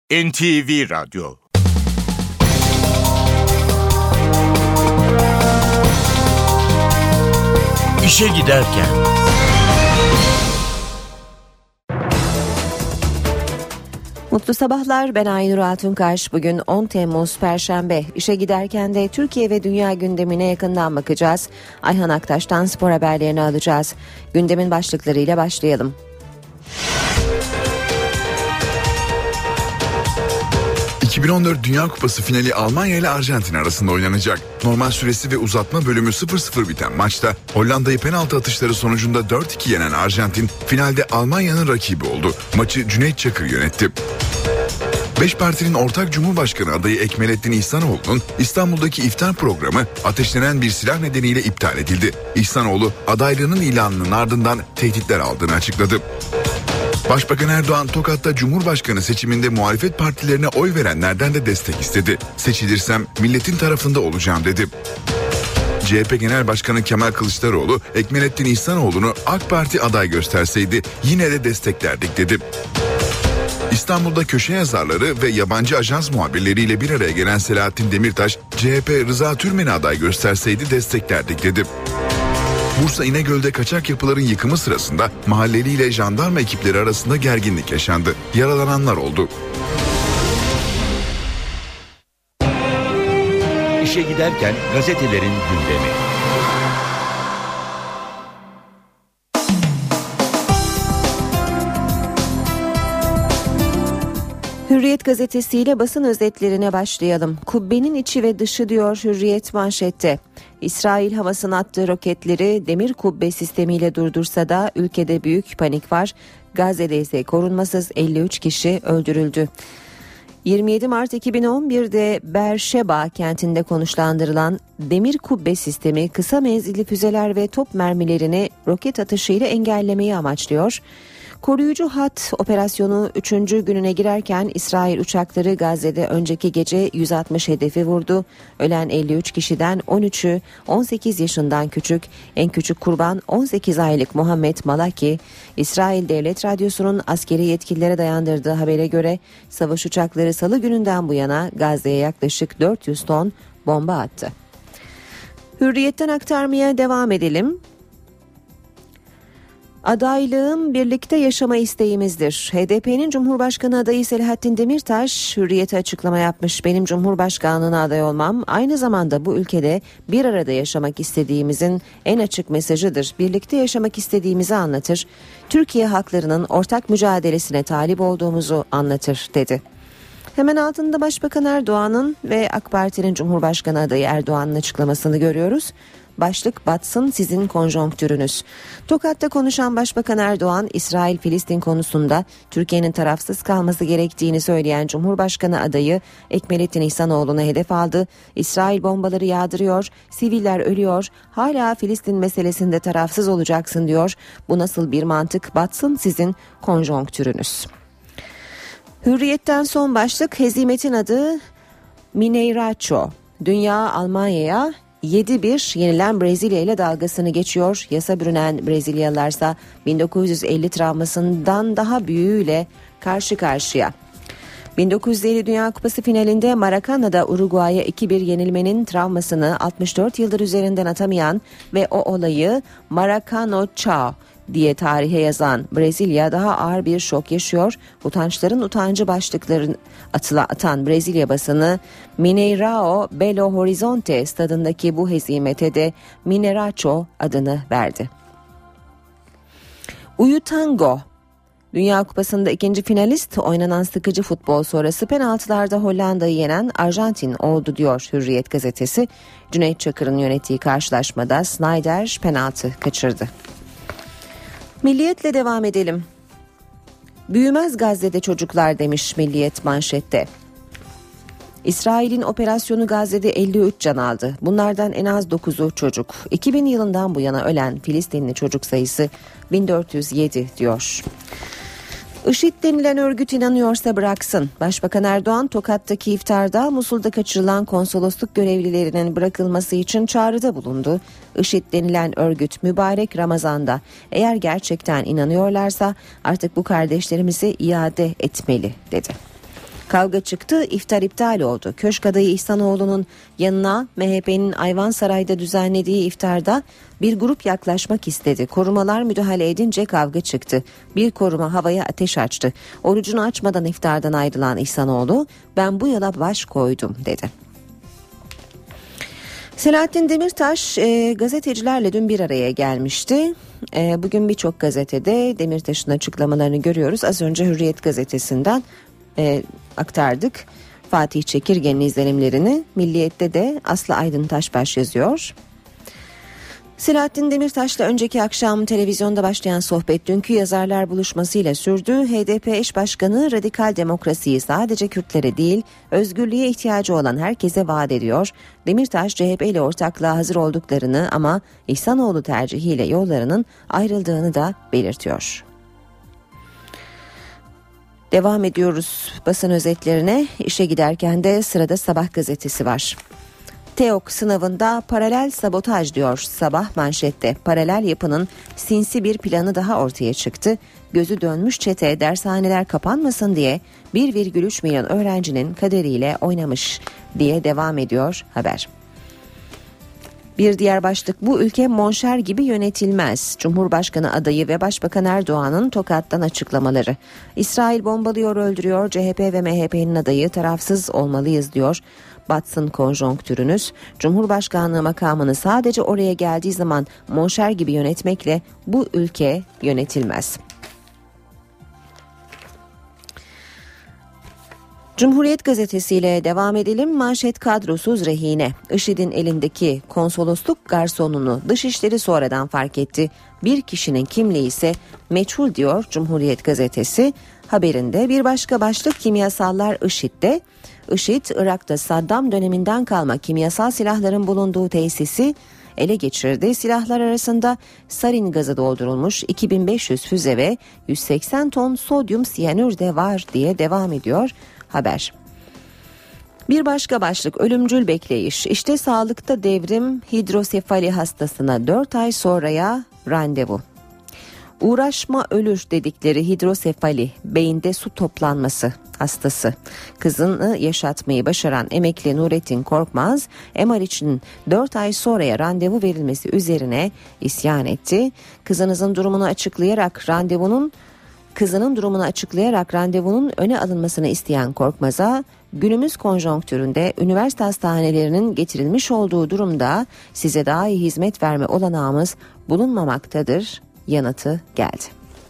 NTV Radyo. İşe giderken. Mutlu sabahlar, ben Aynur Altunkaş. Bugün 10 Temmuz Perşembe. İşe giderken de Türkiye ve dünya gündemine yakından bakacağız. Ayhan Aktaş'tan spor haberlerini alacağız. Gündemin başlıklarıyla başlayalım. ...2014 Dünya Kupası finali Almanya ile Arjantin arasında oynanacak. Normal süresi ve uzatma bölümü 0-0 biten maçta Hollanda'yı penaltı atışları sonucunda 4-2 yenen Arjantin finalde Almanya'nın rakibi oldu. Maçı Cüneyt Çakır yönetti. 5 partinin ortak Cumhurbaşkanı adayı Ekmelettin İhsanoğlu'nun İstanbul'daki iftar programı ateşlenen bir silah nedeniyle iptal edildi. İhsanoğlu adaylığının ilanının ardından tehditler aldığını açıkladı. Başbakan Erdoğan Tokat'ta Cumhurbaşkanı seçiminde muhalefet partilerine oy verenlerden de destek istedi. Seçilirsem milletin tarafında olacağım dedi. CHP Genel Başkanı Kemal Kılıçdaroğlu Ekmelettin İhsanoğlu'nu AK Parti aday gösterseydi yine de desteklerdik dedi. İstanbul'da köşe yazarları ve yabancı ajans muhabirleriyle bir araya gelen Selahattin Demirtaş, CHP Rıza Türmen'i aday gösterseydi desteklerdik dedi. Bursa İnegöl'de kaçak yapıların yıkımı sırasında mahalleliyle jandarma ekipleri arasında gerginlik yaşandı. Yaralananlar oldu. İşe giderken gazetelerin gündemi. Hürriyet gazetesiyle basın özetlerine başlayalım. Kubbenin içi ve dışı diyor Hürriyet manşette. İsrail Hamas'ın attığı roketleri demir kubbe sistemiyle durdursa da ülkede büyük panik var. Gazze'de ise korunmasız 53 kişi öldürüldü. 27 Mart 2011'de Beersheba kentinde konuşlandırılan demir kubbe sistemi kısa menzilli füzeler ve top mermilerini roket atışıyla engellemeyi amaçlıyor. Koruyucu hat operasyonu 3. gününe girerken İsrail uçakları Gazze'de önceki gece 160 hedefi vurdu. Ölen 53 kişiden 13'ü 18 yaşından küçük. En küçük kurban 18 aylık Muhammed Malaki. İsrail Devlet Radyosu'nun askeri yetkililere dayandırdığı habere göre savaş uçakları Salı gününden bu yana Gazze'ye yaklaşık 400 ton bomba attı. Hürriyet'ten aktarmaya devam edelim. Adaylığım birlikte yaşama isteğimizdir. HDP'nin Cumhurbaşkanı adayı Selahattin Demirtaş Hürriyet'e açıklama yapmış. Benim Cumhurbaşkanlığına aday olmam aynı zamanda bu ülkede bir arada yaşamak istediğimizin en açık mesajıdır. Birlikte yaşamak istediğimizi anlatır. Türkiye haklarının ortak mücadelesine talip olduğumuzu anlatır dedi. Hemen altında Başbakan Erdoğan'ın ve AK Parti'nin Cumhurbaşkanı adayı Erdoğan'ın açıklamasını görüyoruz. Başlık batsın sizin konjonktürünüz. Tokat'ta konuşan Başbakan Erdoğan, İsrail-Filistin konusunda Türkiye'nin tarafsız kalması gerektiğini söyleyen Cumhurbaşkanı adayı Ekmelettin İhsanoğlu'na hedef aldı. İsrail bombaları yağdırıyor, siviller ölüyor, hala Filistin meselesinde tarafsız olacaksın diyor. Bu nasıl bir mantık? Batsın sizin konjonktürünüz. Hürriyet'ten son başlık, hezimetin adı Mineiraço. Dünya Almanya'ya 7-1 yenilen Brezilya ile dalgasını geçiyor. Yasa bürünen Brezilyalılarsa 1950 travmasından daha büyüğüyle karşı karşıya. 1950 Dünya Kupası finalinde Maracana'da Uruguay'a 2-1 yenilmenin travmasını 64 yıldır üzerinden atamayan ve o olayı Maracano Chao diye tarihe yazan Brezilya daha ağır bir şok yaşıyor. Utançların utancı başlıklarını atan Brezilya basını Mineirao Belo Horizonte stadındaki bu hezimete de Mineiraço adını verdi. Uyutango Dünya Kupası'nda ikinci finalist, oynanan sıkıcı futbol sonrası penaltılarda Hollanda'yı yenen Arjantin oldu diyor Hürriyet gazetesi. Cüneyt Çakır'ın yönettiği karşılaşmada Sneijder penaltı kaçırdı. Milliyet'le devam edelim. Büyümez Gazze'de çocuklar demiş Milliyet manşette. İsrail'in operasyonu Gazze'de 53 can aldı. Bunlardan en az 9'u çocuk. 2000 yılından bu yana ölen Filistinli çocuk sayısı 1407 diyor. IŞİD denilen örgüt inanıyorsa bıraksın. Başbakan Erdoğan Tokat'taki iftarda Musul'da kaçırılan konsolosluk görevlilerinin bırakılması için çağrıda bulundu. IŞİD denilen örgüt mübarek Ramazan'da eğer gerçekten inanıyorlarsa artık bu kardeşlerimizi iade etmeli dedi. Kavga çıktı, iftar iptal oldu. Köşk adayı İhsanoğlu'nun yanına MHP'nin Ayvansaray'da düzenlediği iftarda bir grup yaklaşmak istedi. Korumalar müdahale edince kavga çıktı. Bir koruma havaya ateş açtı. Orucunu açmadan iftardan ayrılan İhsanoğlu, "Ben bu yola baş koydum" dedi. Selahattin Demirtaş gazetecilerle dün bir araya gelmişti. Bugün birçok gazetede Demirtaş'ın açıklamalarını görüyoruz. Az önce Hürriyet gazetesinden aktardık Fatih Çekirge'nin izlenimlerini. Milliyet'te de Aslı Aydın Taşbaş yazıyor. Selahattin Demirtaş'la önceki akşam televizyonda başlayan sohbet dünkü yazarlar buluşmasıyla sürdü. HDP eş başkanı radikal demokrasiyi sadece Kürtlere değil, özgürlüğe ihtiyacı olan herkese vaat ediyor. Demirtaş CHP ile ortaklığa hazır olduklarını ama İhsanoğlu tercihiyle yollarının ayrıldığını da belirtiyor. Devam ediyoruz basın özetlerine. İşe giderken de sırada Sabah gazetesi var. TEOK sınavında paralel sabotaj diyor Sabah manşette. Paralel yapının sinsi bir planı daha ortaya çıktı. Gözü dönmüş çete dershaneler kapanmasın diye 1,3 milyon öğrencinin kaderiyle oynamış diye devam ediyor haber. Bir diğer başlık, bu ülke monşer gibi yönetilmez. Cumhurbaşkanı adayı ve Başbakan Erdoğan'ın Tokat'tan açıklamaları. İsrail bombalıyor, öldürüyor. CHP ve MHP'nin adayı tarafsız olmalıyız diyor. Batsın konjonktürünüz. Cumhurbaşkanlığı makamını sadece oraya geldiği zaman monşer gibi yönetmekle bu ülke yönetilmez. Cumhuriyet gazetesiyle devam edelim. Manşet kadrosuz rehine. IŞİD'in elindeki konsolosluk garsonunu Dışişleri sonradan fark etti. Bir kişinin kimliği ise meçhul diyor Cumhuriyet gazetesi. Haberinde bir başka başlık kimyasallar IŞİD'de. IŞİD, Irak'ta Saddam döneminden kalma kimyasal silahların bulunduğu tesisi ele geçirdi. Silahlar arasında sarin gazı doldurulmuş 2500 füze ve 180 ton sodyum siyanür de var diye devam ediyor haber. Bir başka başlık, ölümcül bekleyiş. İşte sağlıkta devrim, hidrosefali hastasına 4 ay sonraya randevu. Uğraşma ölür dedikleri hidrosefali, beyinde su toplanması hastası. Kızını yaşatmayı başaran emekli Nurettin Korkmaz, MR için 4 ay sonraya randevu verilmesi üzerine isyan etti. Kızının durumunu açıklayarak randevunun öne alınmasını isteyen Korkmaz'a, günümüz konjonktüründe üniversite hastanelerinin getirilmiş olduğu durumda size daha iyi hizmet verme olanağımız bulunmamaktadır yanıtı geldi.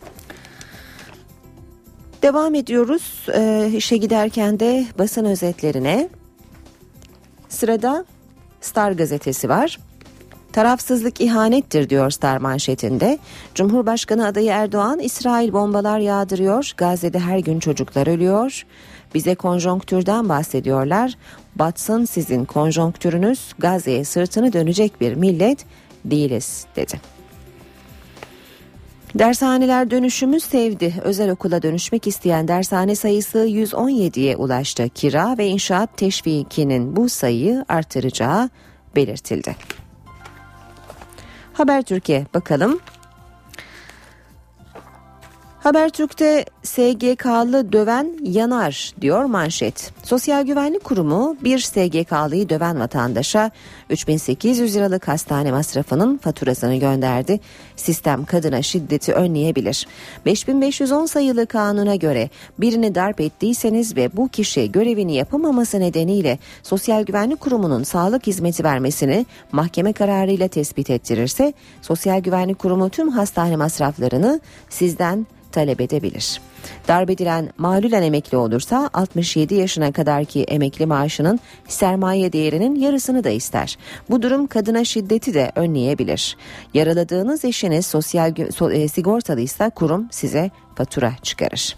Devam ediyoruz işe giderken de basın özetlerine. Sırada Star gazetesi var. Tarafsızlık ihanettir diyor Star manşetinde. Cumhurbaşkanı adayı Erdoğan, İsrail bombalar yağdırıyor, Gazze'de her gün çocuklar ölüyor. Bize konjonktürden bahsediyorlar. Batsın sizin konjonktürünüz, Gazze'ye sırtını dönecek bir millet değiliz dedi. Dershaneler dönüşümü sevdi. Özel okula dönüşmek isteyen dershane sayısı 117'ye ulaştı. Kira ve inşaat teşvikinin bu sayıyı artıracağı belirtildi. Habertürk'e bakalım. Habertürk'te SGK'lı döven yanar diyor manşet. Sosyal Güvenlik Kurumu bir SGK'lıyı döven vatandaşa 3.800 liralık hastane masrafının faturasını gönderdi. Sistem kadına şiddeti önleyebilir. 5510 sayılı kanuna göre birini darp ettiyseniz ve bu kişi görevini yapamaması nedeniyle Sosyal Güvenlik Kurumu'nun sağlık hizmeti vermesini mahkeme kararıyla tespit ettirirse Sosyal Güvenlik Kurumu tüm hastane masraflarını sizden talep edebilir. Darp edilen malulen emekli olursa 67 yaşına kadarki emekli maaşının sermaye değerinin yarısını da ister. Bu durum kadına şiddeti de önleyebilir. Yaraladığınız eşiniz sigortalıysa kurum size fatura çıkarır.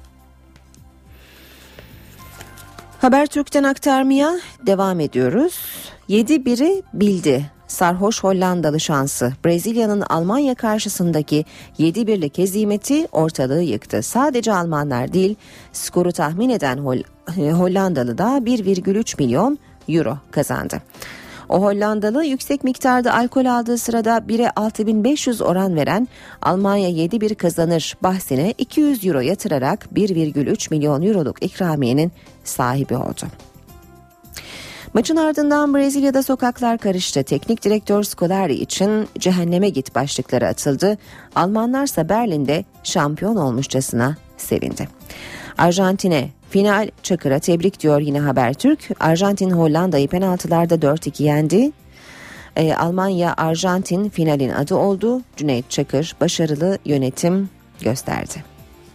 Habertürk'ten aktarmaya devam ediyoruz. 7-1'i bildi. Sarhoş Hollandalı şansı. Brezilya'nın Almanya karşısındaki 7-1'lik hezimeti ortalığı yıktı. Sadece Almanlar değil, skoru tahmin eden Hollandalı da 1,3 milyon euro kazandı. O Hollandalı yüksek miktarda alkol aldığı sırada 1'e 6500 oran veren Almanya 7-1 kazanır bahsine 200 euro yatırarak 1,3 milyon euroluk ikramiyenin sahibi oldu. Maçın ardından Brezilya'da sokaklar karıştı. Teknik direktör Scolari için cehenneme git başlıkları atıldı. Almanlarsa Berlin'de şampiyon olmuşçasına sevindi. Arjantin'e final Çakır'a tebrik diyor yine Habertürk. Arjantin Hollanda'yı penaltılarda 4-2 yendi. Almanya-Arjantin finalin adı oldu. Cüneyt Çakır başarılı yönetim gösterdi.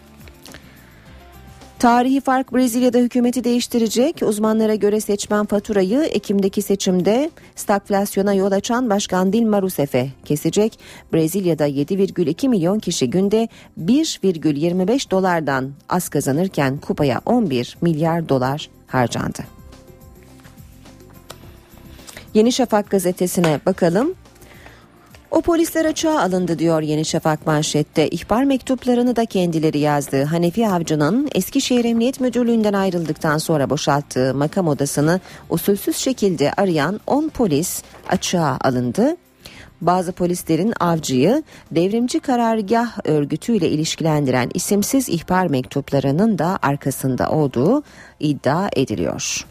Tarihi fark Brezilya'da hükümeti değiştirecek. Uzmanlara göre seçmen faturayı Ekim'deki seçimde stagflasyona yol açan Başkan Dilma Rousseff'e kesecek. Brezilya'da 7,2 milyon kişi günde 1,25 dolardan az kazanırken kupaya 11 milyar dolar harcandı. Yeni Şafak gazetesine bakalım. O polisler açığa alındı diyor Yeni Şafak manşette. İhbar mektuplarını da kendileri yazdı. Hanefi Avcı'nın Eskişehir Emniyet Müdürlüğü'nden ayrıldıktan sonra boşalttığı makam odasını usulsüz şekilde arayan 10 polis açığa alındı. Bazı polislerin Avcı'yı devrimci karargah örgütüyle ilişkilendiren isimsiz ihbar mektuplarının da arkasında olduğu iddia ediliyor.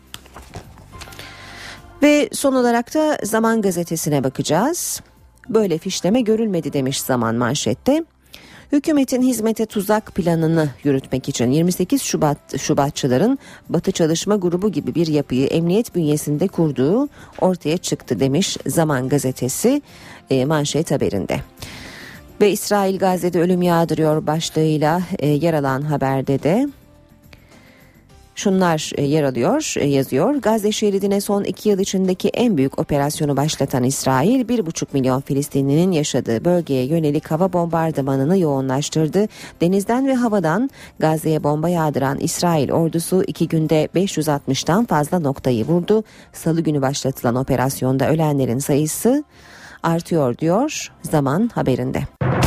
Ve son olarak da Zaman gazetesine bakacağız. Böyle fişleme görülmedi demiş Zaman manşette. Hükümetin hizmete tuzak planını yürütmek için 28 Şubatçıların Batı Çalışma Grubu gibi bir yapıyı emniyet bünyesinde kurduğu ortaya çıktı demiş Zaman gazetesi manşet haberinde. Ve İsrail Gazze'de ölüm yağdırıyor başlığıyla yer alan haberde de şunlar yer alıyor, yazıyor. Gazze şeridine son 2 yıl içindeki en büyük operasyonu başlatan İsrail, 1,5 milyon Filistinlinin yaşadığı bölgeye yönelik hava bombardımanını yoğunlaştırdı. Denizden ve havadan Gazze'ye bomba yağdıran İsrail ordusu 2 günde 560'tan fazla noktayı vurdu. Salı günü başlatılan operasyonda ölenlerin sayısı artıyor diyor Zaman haberinde.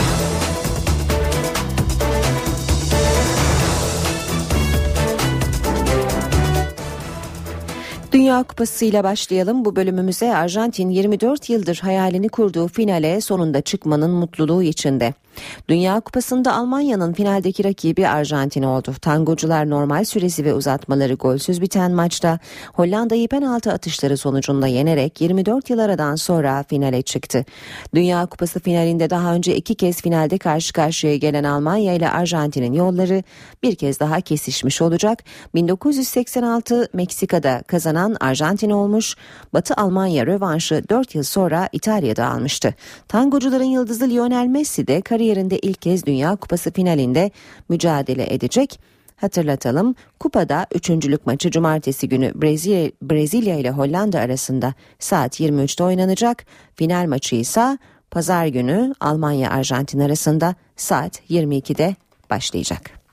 Dünya Kupası ile başlayalım bu bölümümüze. Arjantin 24 yıldır hayalini kurduğu finale sonunda çıkmanın mutluluğu içinde. Dünya Kupası'nda Almanya'nın finaldeki rakibi Arjantin oldu. Tangocular normal süresi ve uzatmaları golsüz biten maçta Hollanda'yı penaltı atışları sonucunda yenerek 24 yıl aradan sonra finale çıktı. Dünya Kupası finalinde daha önce 2 kez finalde karşı karşıya gelen Almanya ile Arjantin'in yolları bir kez daha kesişmiş olacak. 1986 Meksika'da kazanan Arjantin olmuş. Batı Almanya rövanşı 4 yıl sonra İtalya'da almıştı. Tangocuların yıldızı Lionel Messi de kariyerinde ilk kez Dünya Kupası finalinde mücadele edecek. Hatırlatalım, kupada 3. maçı cumartesi günü Brezilya ile Hollanda arasında saat 23'te oynanacak. Final maçı ise pazar günü Almanya-Arjantin arasında saat 22'de başlayacak.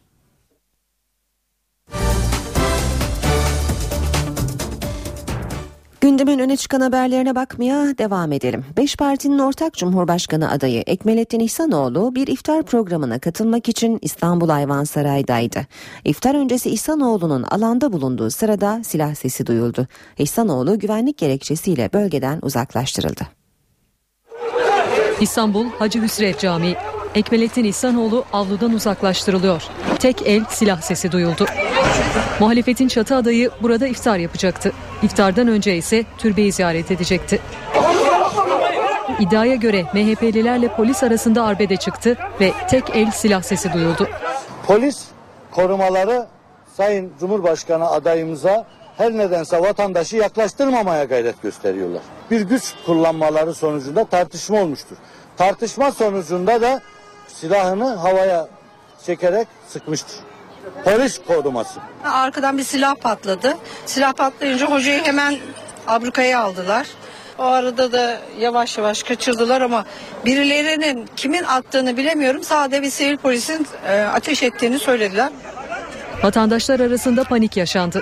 Gündemin öne çıkan haberlerine bakmaya devam edelim. 5 partinin ortak Cumhurbaşkanı adayı Ekmelettin İhsanoğlu bir iftar programına katılmak için İstanbul Ayvansaray'daydı. İftar öncesi İhsanoğlu'nun alanda bulunduğu sırada silah sesi duyuldu. İhsanoğlu güvenlik gerekçesiyle bölgeden uzaklaştırıldı. İstanbul Hacı Hüsrev Camii. Ekmelettin İhsanoğlu avludan uzaklaştırılıyor. Tek el silah sesi duyuldu. Muhalefetin çatı adayı burada iftar yapacaktı. İftardan önce ise türbeyi ziyaret edecekti. İddiaya göre MHP'lilerle polis arasında arbede çıktı ve tek el silah sesi duyuldu. Polis korumaları Sayın Cumhurbaşkanı adayımıza her nedense vatandaşı yaklaştırmamaya gayret gösteriyorlar. Bir güç kullanmaları sonucunda tartışma olmuştur. Tartışma sonucunda da silahını havaya çekerek sıkmıştır. Polis koruması. Arkadan bir silah patladı. Silah patlayınca hocayı hemen abrukaya aldılar. O arada da yavaş yavaş kaçırdılar ama birilerinin kimin attığını bilemiyorum. Sadece bir sivil polisin ateş ettiğini söylediler. Vatandaşlar arasında panik yaşandı.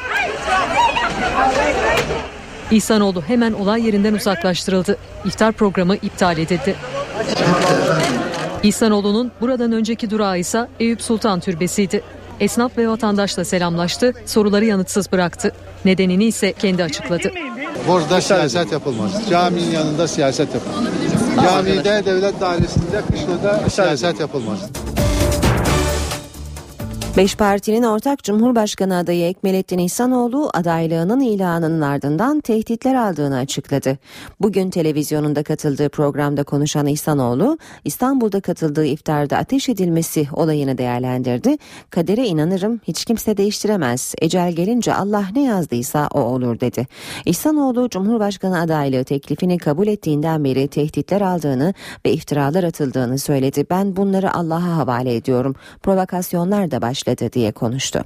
İhsanoğlu hemen olay yerinden uzaklaştırıldı. İftar programı iptal edildi. İhsanoğlu'nun buradan önceki durağı ise Eyüp Sultan Türbesi'ydi. Esnaf ve vatandaşla selamlaştı, soruları yanıtsız bıraktı. Nedenini ise kendi açıkladı. Burada siyaset yapılmaz. Caminin yanında siyaset yapılmaz. Camide, devlet dairesinde, kışlada siyaset yapılmaz. 5 partinin ortak Cumhurbaşkanı adayı Ekmelettin İhsanoğlu adaylığının ilanının ardından tehditler aldığını açıkladı. Bugün televizyonunda katıldığı programda konuşan İhsanoğlu, İstanbul'da katıldığı iftarda ateş edilmesi olayını değerlendirdi. Kadere inanırım, hiç kimse değiştiremez. Ecel gelince Allah ne yazdıysa o olur dedi. İhsanoğlu, Cumhurbaşkanı adaylığı teklifini kabul ettiğinden beri tehditler aldığını ve iftiralar atıldığını söyledi. Ben bunları Allah'a havale ediyorum. Provokasyonlar da başladı diye konuştu.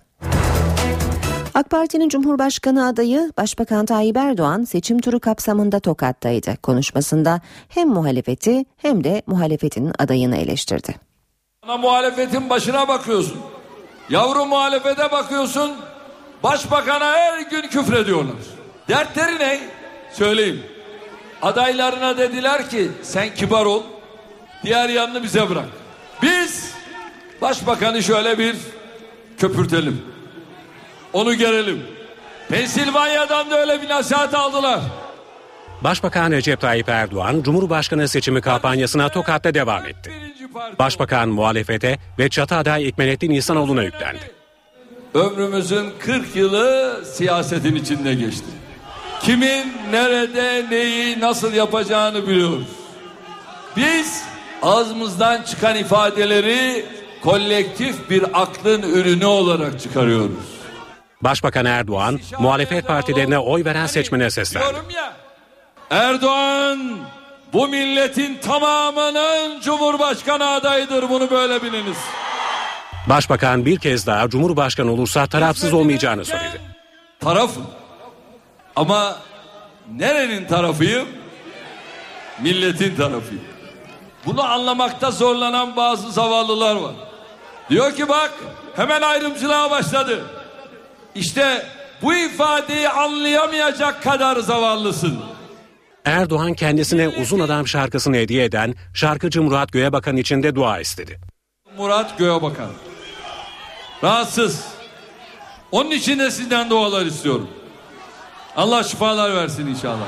AK Parti'nin Cumhurbaşkanı adayı Başbakan Tayyip Erdoğan seçim turu kapsamında Tokat'taydı. Konuşmasında hem muhalefeti hem de muhalefetin adayını eleştirdi. Ana muhalefetin başına bakıyorsun. Yavru muhalefete bakıyorsun. Başbakana her gün küfrediyorlar. Dertleri ne? Söyleyeyim. Adaylarına dediler ki sen kibar ol. Diğer yanını bize bırak. Biz Başbakanı şöyle bir köpürtelim. Onu gerelim. Pensilvanya'dan da öyle bir nasihat aldılar. Başbakan Recep Tayyip Erdoğan, Cumhurbaşkanı seçimi kampanyasına Tokat'ta devam etti. Başbakan muhalefete ve çatı aday Ekmelettin İhsanoğlu'na yüklendi. Ömrümüzün 40 yılı siyasetin içinde geçti. Kimin nerede neyi nasıl yapacağını biliyoruz. Biz ağzımızdan çıkan ifadeleri kolektif bir aklın ürünü olarak çıkarıyoruz. Başbakan Erdoğan, muhalefet partilerine oy veren seçmene seslendi. Erdoğan bu milletin tamamının Cumhurbaşkanı adayıdır, bunu böyle biliniz. Başbakan bir kez daha Cumhurbaşkanı olursa tarafsız olmayacağını söyledi. Tarafım. Ama nerenin tarafıyım? Milletin tarafıyım. Bunu anlamakta zorlanan bazı zavallılar var. Diyor ki bak hemen ayrımcılığa başladı. İşte bu ifadeyi anlayamayacak kadar zavallısın. Erdoğan kendisine Uzun Adam şarkısını hediye eden şarkıcı Murat Göğebakan için de dua istedi. Murat Göğebakan rahatsız. Onun için de sizden dualar istiyorum. Allah şifalar versin inşallah.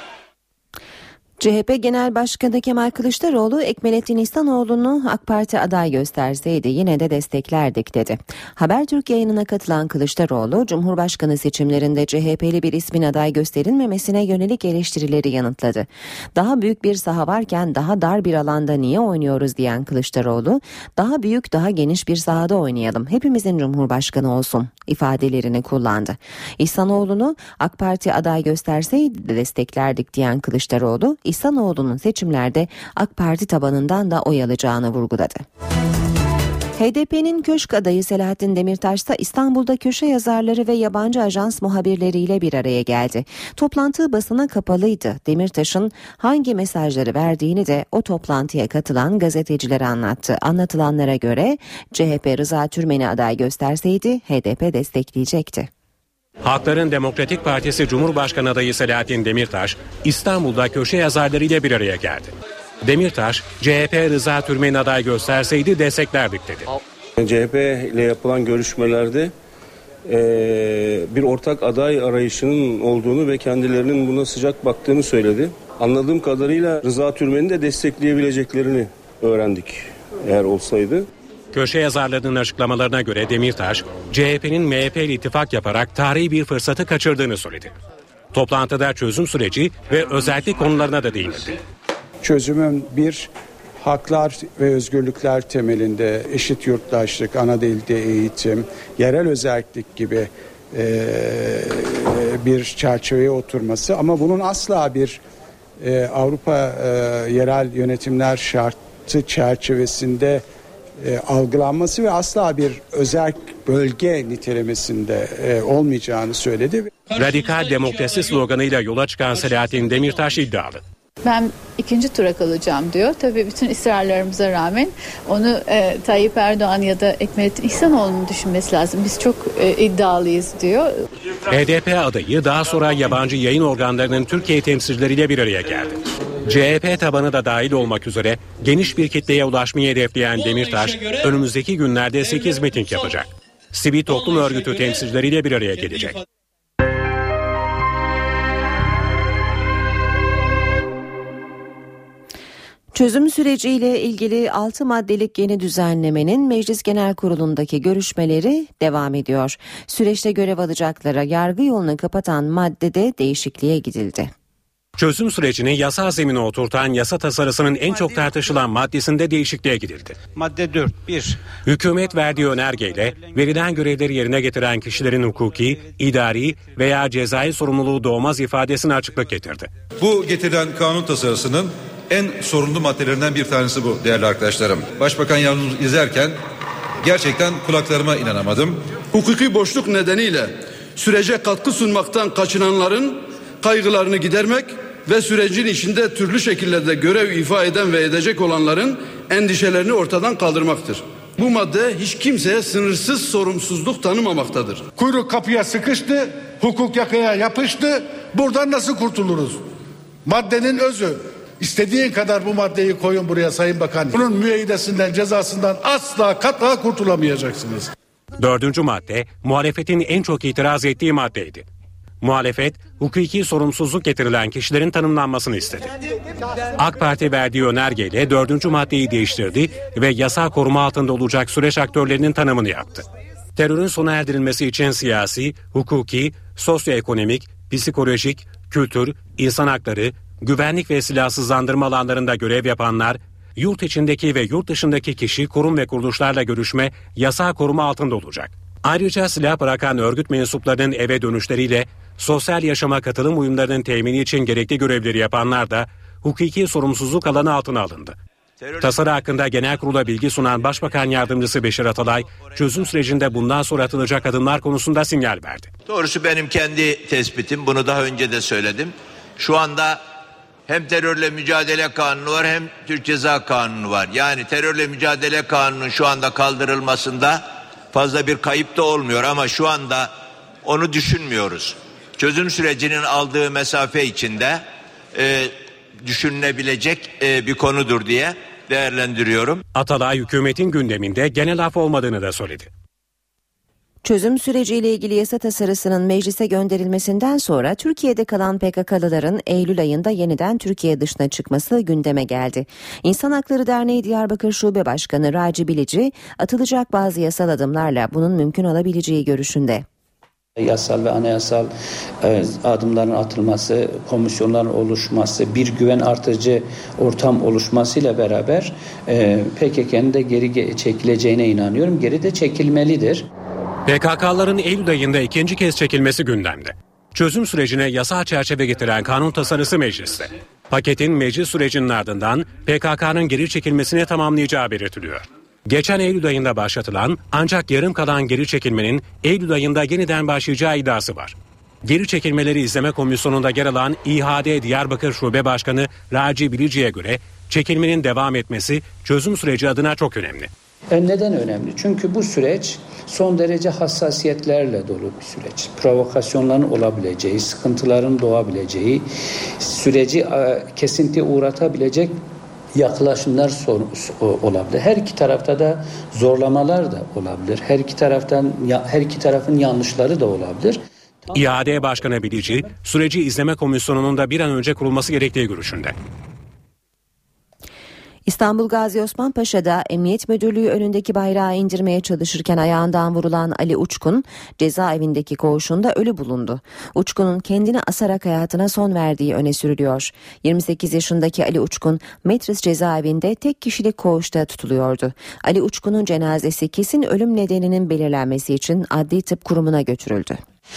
CHP Genel Başkanı Kemal Kılıçdaroğlu Ekmelettin İhsanoğlu'nu AK Parti aday gösterseydi yine de desteklerdik dedi. Habertürk yayınına katılan Kılıçdaroğlu, Cumhurbaşkanı seçimlerinde CHP'li bir ismin aday gösterilmemesine yönelik eleştirileri yanıtladı. Daha büyük bir saha varken daha dar bir alanda niye oynuyoruz diyen Kılıçdaroğlu, daha büyük daha geniş bir sahada oynayalım, hepimizin Cumhurbaşkanı olsun ifadelerini kullandı. İhsanoğlu'nu AK Parti aday gösterseydi de desteklerdik diyen Kılıçdaroğlu, İhsanoğlu'nun seçimlerde AK Parti tabanından da oy alacağını vurguladı. HDP'nin köşk adayı Selahattin Demirtaş ise İstanbul'da köşe yazarları ve yabancı ajans muhabirleriyle bir araya geldi. Toplantı basına kapalıydı. Demirtaş'ın hangi mesajları verdiğini de o toplantıya katılan gazetecilere anlattı. Anlatılanlara göre CHP Rıza Türmen'i aday gösterseydi HDP destekleyecekti. Halkların Demokratik Partisi Cumhurbaşkanı adayı Selahattin Demirtaş, İstanbul'da köşe yazarlarıyla bir araya geldi. Demirtaş, CHP Rıza Türmen'i aday gösterseydi desteklerdik dedi. CHP ile yapılan görüşmelerde bir ortak aday arayışının olduğunu ve kendilerinin buna sıcak baktığını söyledi. Anladığım kadarıyla Rıza Türmen'i de destekleyebileceklerini öğrendik eğer olsaydı. Köşe yazarlarının açıklamalarına göre Demirtaş, CHP'nin MHP ile ittifak yaparak tarihi bir fırsatı kaçırdığını söyledi. Toplantıda çözüm süreci ve özellik konularına da değinildi. Çözümün bir, haklar ve özgürlükler temelinde eşit yurttaşlık, ana dilde eğitim, yerel özellik gibi bir çerçeveye oturması, ama bunun asla bir Avrupa yerel yönetimler şartı çerçevesinde algılanması ve asla bir özel bölge nitelemesinde olmayacağını söyledi. Radikal demokrasi sloganıyla yola çıkan Selahattin Demirtaş iddialı. Ben ikinci tura kalacağım diyor. Tabii bütün ısrarlarımıza rağmen onu Tayyip Erdoğan ya da Ekmelettin İhsanoğlu'nun düşünmesi lazım. Biz çok iddialıyız diyor. HDP adayı daha sonra yabancı yayın organlarının Türkiye temsilcileriyle bir araya geldi. CHP tabanı da dahil olmak üzere geniş bir kitleye ulaşmayı hedefleyen Demirtaş, önümüzdeki günlerde 8 miting yapacak. Sivil toplum örgütü temsilcileriyle bir araya gelecek. Çözüm süreciyle ilgili 6 maddelik yeni düzenlemenin Meclis Genel Kurulu'ndaki görüşmeleri devam ediyor. Süreçte görev alacaklara yargı yolunu kapatan maddede değişikliğe gidildi. Çözüm sürecini yasal zemine oturtan yasa tasarısının en çok tartışılan maddesinde değişikliğe gidildi. Madde 4.1. Hükümet verdiği önergeyle verilen görevleri yerine getiren kişilerin hukuki, idari veya cezai sorumluluğu doğmaz ifadesine açıklık getirdi. Bu getirilen kanun tasarısının en sorunlu maddelerinden bir tanesi bu değerli arkadaşlarım. Başbakan yardımcımız izlerken gerçekten kulaklarıma inanamadım. Hukuki boşluk nedeniyle sürece katkı sunmaktan kaçınanların kaygılarını gidermek ve sürecin içinde türlü şekillerde görev ifa eden ve edecek olanların endişelerini ortadan kaldırmaktır. Bu madde hiç kimseye sınırsız sorumsuzluk tanımamaktadır. Kuyruk kapıya sıkıştı, hukuk yakaya yapıştı. Buradan nasıl kurtuluruz? Maddenin özü. İstediğin kadar bu maddeyi koyun buraya Sayın Bakan. Bunun müeyyidesinden, cezasından asla katla kurtulamayacaksınız. 4. madde muhalefetin en çok itiraz ettiği maddeydi. Muhalefet, hukuki sorumsuzluk getirilen kişilerin tanımlanmasını istedi. AK Parti verdiği önergeyle 4. maddeyi değiştirdi ve yasa koruma altında olacak süreç aktörlerinin tanımını yaptı. Terörün sona erdirilmesi için siyasi, hukuki, sosyoekonomik, psikolojik, kültür, insan hakları, güvenlik ve silahsızlandırma alanlarında görev yapanlar, yurt içindeki ve yurt dışındaki kişi, kurum ve kuruluşlarla görüşme yasa koruma altında olacak. Ayrıca silah bırakan örgüt mensuplarının eve dönüşleriyle sosyal yaşama katılım uyumlarının temini için gerekli görevleri yapanlar da hukuki sorumsuzluk alanı altına alındı. Tasarı hakkında genel kurula bilgi sunan Başbakan Yardımcısı Beşir Atalay, çözüm sürecinde bundan sonra atılacak adımlar konusunda sinyal verdi. Doğrusu benim kendi tespitim, bunu daha önce de söyledim. Şu anda hem terörle mücadele kanunu var hem Türk Ceza Kanunu var. Yani terörle mücadele kanunun şu anda kaldırılmasında fazla bir kayıp da olmuyor ama şu anda onu düşünmüyoruz. Çözüm sürecinin aldığı mesafe içinde düşünülebilecek bir konudur diye değerlendiriyorum. Atalay hükümetin gündeminde genel af olmadığını da söyledi. Çözüm süreciyle ilgili yasa tasarısının meclise gönderilmesinden sonra Türkiye'de kalan PKK'lıların Eylül ayında yeniden Türkiye dışına çıkması gündeme geldi. İnsan Hakları Derneği Diyarbakır Şube Başkanı Raci Bilici, atılacak bazı yasal adımlarla bunun mümkün olabileceği görüşünde. Yasal ve anayasal adımların atılması, komisyonların oluşması, bir güven artırıcı ortam oluşmasıyla beraber PKK'nın da geri çekileceğine inanıyorum. Geri de çekilmelidir. PKK'ların Eylül ayında ikinci kez çekilmesi gündemde. Çözüm sürecine yasal çerçeve getiren kanun tasarısı mecliste. Paketin meclis sürecinin ardından PKK'nın geri çekilmesini tamamlayacağı belirtiliyor. Geçen Eylül ayında başlatılan ancak yarım kalan geri çekilmenin Eylül ayında yeniden başlayacağı iddiası var. Geri çekilmeleri izleme komisyonunda yer alan İHAD Diyarbakır Şube Başkanı Raci Bilici'ye göre çekilmenin devam etmesi çözüm süreci adına çok önemli. Neden önemli? Çünkü bu süreç son derece hassasiyetlerle dolu bir süreç. Provokasyonların olabileceği, sıkıntıların doğabileceği, süreci kesintiye uğratabilecek yaklaşımlar olabilir. Her iki tarafta da zorlamalar da olabilir. Her iki tarafın yanlışları da olabilir. İHAD Başkanı Bilici, süreci izleme komisyonunun da bir an önce kurulması gerektiği görüşünde. İstanbul Gazi Osman Paşa'da Emniyet Müdürlüğü önündeki bayrağı indirmeye çalışırken ayağından vurulan Ali Uçkun cezaevindeki koğuşunda ölü bulundu. Uçkun'un kendini asarak hayatına son verdiği öne sürülüyor. 28 yaşındaki Ali Uçkun Metris cezaevinde tek kişilik koğuşta tutuluyordu. Ali Uçkun'un cenazesi kesin ölüm nedeninin belirlenmesi için Adli Tıp Kurumu'na götürüldü.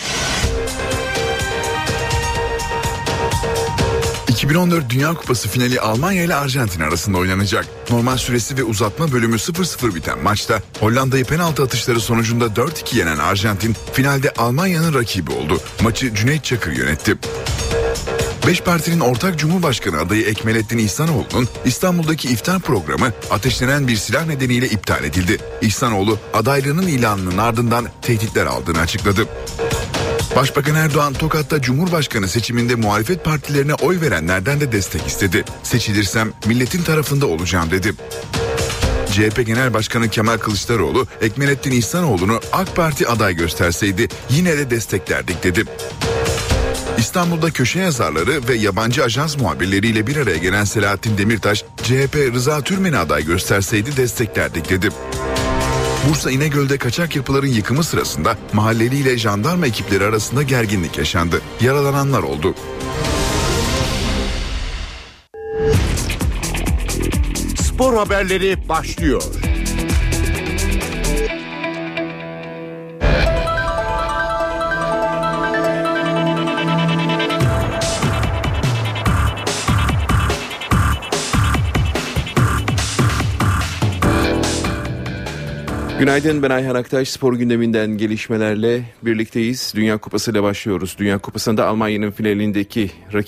2014 Dünya Kupası finali Almanya ile Arjantin arasında oynanacak. Normal süresi ve uzatma bölümü 0-0 biten maçta Hollanda'yı penaltı atışları sonucunda 4-2 yenen Arjantin finalde Almanya'nın rakibi oldu. Maçı Cüneyt Çakır yönetti. 5 partinin ortak Cumhurbaşkanı adayı Ekmelettin İhsanoğlu'nun İstanbul'daki iftar programı ateşlenen bir silah nedeniyle iptal edildi. İhsanoğlu adaylığının ilanının ardından tehditler aldığını açıkladı. Başbakan Erdoğan Tokat'ta Cumhurbaşkanı seçiminde muhalefet partilerine oy verenlerden de destek istedi. Seçilirsem milletin tarafında olacağım dedi. CHP Genel Başkanı Kemal Kılıçdaroğlu, Ekmelettin İhsanoğlu'nu AK Parti aday gösterseydi yine de desteklerdik dedi. İstanbul'da köşe yazarları ve yabancı ajans muhabirleriyle bir araya gelen Selahattin Demirtaş, CHP Rıza Türmen'i aday gösterseydi desteklerdik dedi. Bursa İnegöl'de kaçak yapıların yıkımı sırasında mahalleliyle jandarma ekipleri arasında gerginlik yaşandı. Yaralananlar oldu. Spor haberleri başlıyor. Günaydın, ben Ayhan Aktaş. Spor gündeminden gelişmelerle birlikteyiz. Dünya Kupası ile başlıyoruz. Dünya Kupası'nda Almanya'nın finaldeki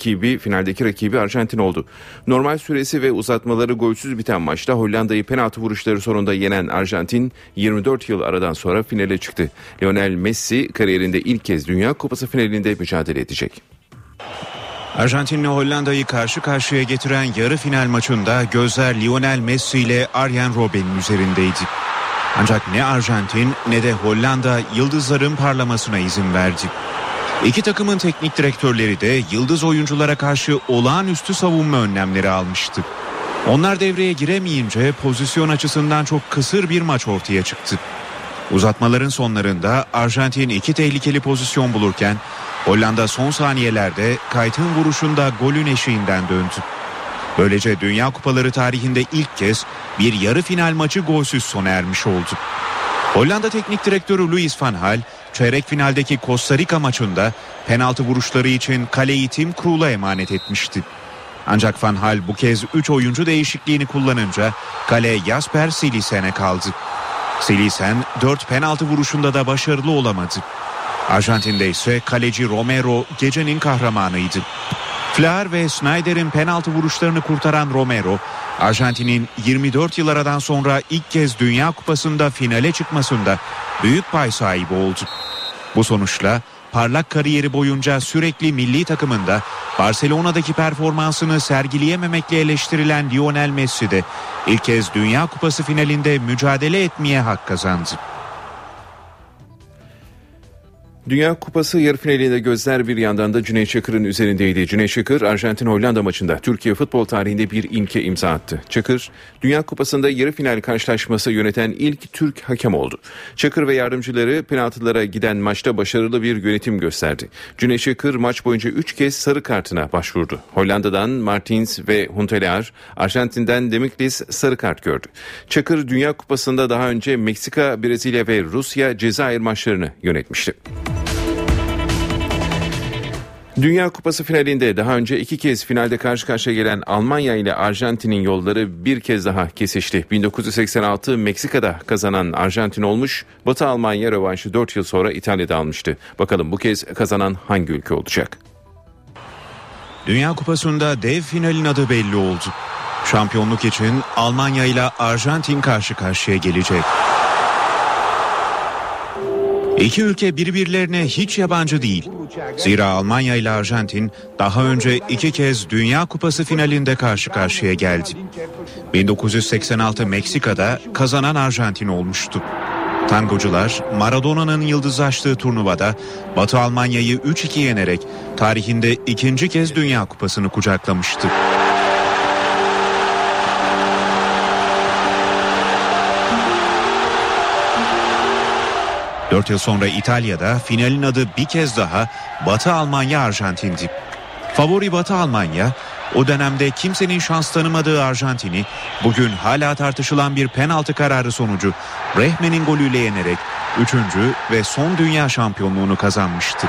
rakibi Arjantin oldu. Normal süresi ve uzatmaları golsüz biten maçta Hollanda'yı penaltı vuruşları sonunda yenen Arjantin 24 yıl aradan sonra finale çıktı. Lionel Messi kariyerinde ilk kez Dünya Kupası finalinde mücadele edecek. Arjantin'le Hollanda'yı karşı karşıya getiren yarı final maçında gözler Lionel Messi ile Arjen Robben'in üzerindeydi. Ancak ne Arjantin ne de Hollanda yıldızların parlamasına izin verdi. İki takımın teknik direktörleri de yıldız oyunculara karşı olağanüstü savunma önlemleri almıştı. Onlar devreye giremeyince pozisyon açısından çok kısır bir maç ortaya çıktı. Uzatmaların sonlarında Arjantin iki tehlikeli pozisyon bulurken Hollanda son saniyelerde Kuyt'ın vuruşunda golün eşiğinden döndü. Böylece Dünya Kupaları tarihinde ilk kez bir yarı final maçı golsüz sona ermiş oldu. Hollanda Teknik Direktörü Louis van Gaal, çeyrek finaldeki Costa Rica maçında penaltı vuruşları için kaleyi Tim Krul'a emanet etmişti. Ancak van Gaal bu kez 3 oyuncu değişikliğini kullanınca kale Jasper Cilisen'e kaldı. Cilisen 4 penaltı vuruşunda da başarılı olamadı. Arjantin'de ise kaleci Romero gecenin kahramanıydı. Flair ve Sneijder'in penaltı vuruşlarını kurtaran Romero, Arjantin'in 24 yıl aradan sonra ilk kez Dünya Kupası'nda finale çıkmasında büyük pay sahibi oldu. Bu sonuçla parlak kariyeri boyunca sürekli milli takımında Barcelona'daki performansını sergileyememekle eleştirilen Lionel Messi de ilk kez Dünya Kupası finalinde mücadele etmeye hak kazandı. Dünya Kupası yarı finalinde gözler bir yandan da Cüneyt Çakır'ın üzerindeydi. Cüneyt Çakır, Arjantin-Hollanda maçında Türkiye futbol tarihinde bir ilke imza attı. Çakır, Dünya Kupası'nda yarı final karşılaşması yöneten ilk Türk hakem oldu. Çakır ve yardımcıları penaltılara giden maçta başarılı bir yönetim gösterdi. Cüneyt Çakır maç boyunca 3 kez sarı kartına başvurdu. Hollanda'dan Martins ve Huntelaar, Arjantin'den Demiklis sarı kart gördü. Çakır, Dünya Kupası'nda daha önce Meksika, Brezilya ve Rusya Cezayir maçlarını yönetmişti. Dünya Kupası finalinde daha önce 2 kez finalde karşı karşıya gelen Almanya ile Arjantin'in yolları bir kez daha kesişti. 1986 Meksika'da kazanan Arjantin olmuş, Batı Almanya rövanşı 4 yıl sonra İtalya'da almıştı. Bakalım bu kez kazanan hangi ülke olacak? Dünya Kupası'nda dev finalin adı belli oldu. Şampiyonluk için Almanya ile Arjantin karşı karşıya gelecek. İki ülke birbirlerine hiç yabancı değil. Zira Almanya ile Arjantin daha önce 2 kez Dünya Kupası finalinde karşı karşıya geldi. 1986 Meksika'da kazanan Arjantin olmuştu. Tangocular Maradona'nın yıldızlaştığı turnuvada Batı Almanya'yı 3-2 yenerek tarihinde 2. kez Dünya Kupası'nı kucaklamıştı. Dört yıl sonra İtalya'da finalin adı bir kez daha Batı Almanya Arjantin'di. Favori Batı Almanya, o dönemde kimsenin şans tanımadığı Arjantin'i bugün hala tartışılan bir penaltı kararı sonucu Rehmen'in golüyle yenerek 3. ve son dünya şampiyonluğunu kazanmıştı.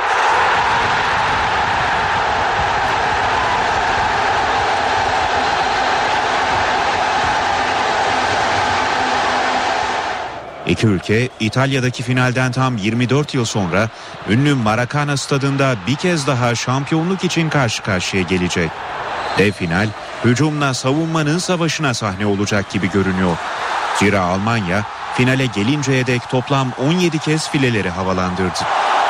İki ülke İtalya'daki finalden tam 24 yıl sonra ünlü Maracana stadında bir kez daha şampiyonluk için karşı karşıya gelecek. Dev final hücumla savunmanın savaşına sahne olacak gibi görünüyor. Zira Almanya finale gelinceye dek toplam 17 kez fileleri havalandırdı.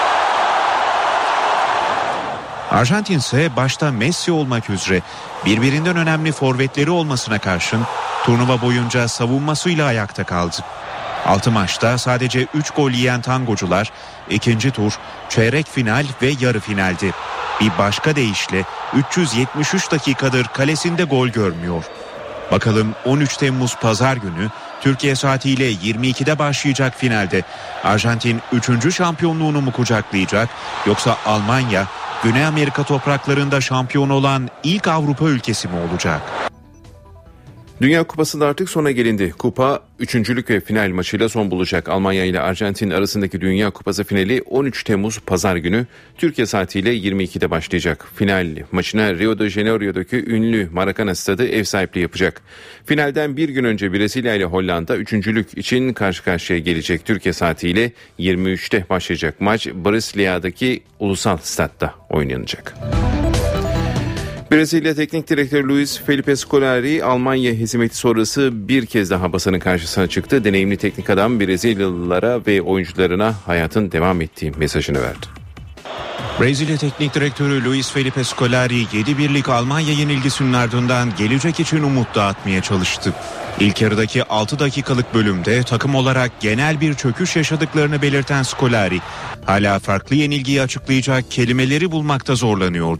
Arjantin ise başta Messi olmak üzere birbirinden önemli forvetleri olmasına karşın turnuva boyunca savunmasıyla ayakta kaldı. 6 maçta sadece 3 gol yiyen tangocular 2. tur, çeyrek final ve yarı finaldi. Bir başka deyişle 373 dakikadır kalesinde gol görmüyor. Bakalım 13 Temmuz Pazar günü Türkiye saatiyle 22'de başlayacak finalde Arjantin 3. şampiyonluğunu mu kucaklayacak, yoksa Almanya Güney Amerika topraklarında şampiyon olan ilk Avrupa ülkesi mi olacak? Dünya Kupası'nda artık sona gelindi. Kupa üçüncülük ve final maçıyla son bulacak. Almanya ile Arjantin arasındaki Dünya Kupası finali 13 Temmuz Pazar günü Türkiye saatiyle 22'de başlayacak. Final maçına Rio de Janeiro'daki ünlü Maracanã stadı ev sahipliği yapacak. Finalden bir gün önce Brezilya ile Hollanda üçüncülük için karşı karşıya gelecek. Türkiye saatiyle 23'te başlayacak maç Brezilya'daki ulusal statta oynanacak. Brezilya Teknik Direktörü Luis Felipe Scolari Almanya hezimeti sonrası bir kez daha basının karşısına çıktı. Deneyimli teknik adam Brezilyalılara ve oyuncularına hayatın devam ettiği mesajını verdi. Brezilya Teknik Direktörü Luis Felipe Scolari 7-1'lik Almanya yenilgisinin ardından gelecek için umut dağıtmaya çalıştı. İlk yarıdaki 6 dakikalık bölümde takım olarak genel bir çöküş yaşadıklarını belirten Scolari, hala farklı yenilgiyi açıklayacak kelimeleri bulmakta zorlanıyordu.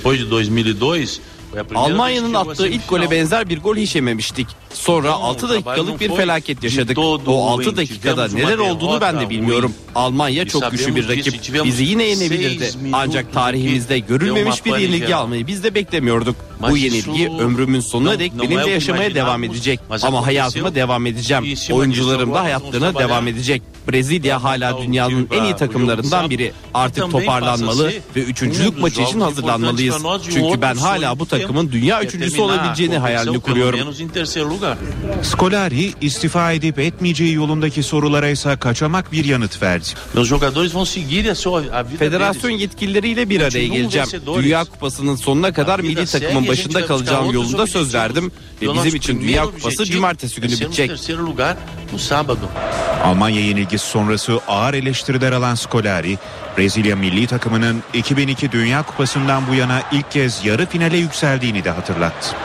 Almanya'nın attığı ilk gole benzer bir gol hiç yememiştik. Sonra 6 dakikalık bir felaket yaşadık. O 6 dakikada neler olduğunu ben de bilmiyorum. Almanya çok güçlü bir rakip. Bizi yine yenebilirdi. Ancak tarihimizde görülmemiş bir yenilgi almayı biz de beklemiyorduk. Bu yenilgi ömrümün sonuna dek benimle yaşamaya devam edecek. Ama hayatıma devam edeceğim. Oyuncularım da hayatlarına devam edecek. Brezilya hala dünyanın en iyi takımlarından biri. Artık toparlanmalı ve üçüncülük maçı için hazırlanmalıyız. Çünkü ben hala bu takımın dünya üçüncüsü olabileceğini hayalini kuruyorum. Scolari istifa edip etmeyeceği yolundaki sorulara ise kaçamak bir yanıt verdi. Federasyon yetkilileriyle bir araya geleceğim. Dünya Kupası'nın sonuna kadar milli takımın başında kalacağım yolunda söz verdim. Ve bizim için Dünya Kupası cumartesi günü bitecek. Almanya yenilgisi sonrası ağır eleştiriler alan Scolari, Brezilya milli takımının 2002 Dünya Kupası'ndan bu yana ilk kez yarı finale yükseldiğini de hatırlattı.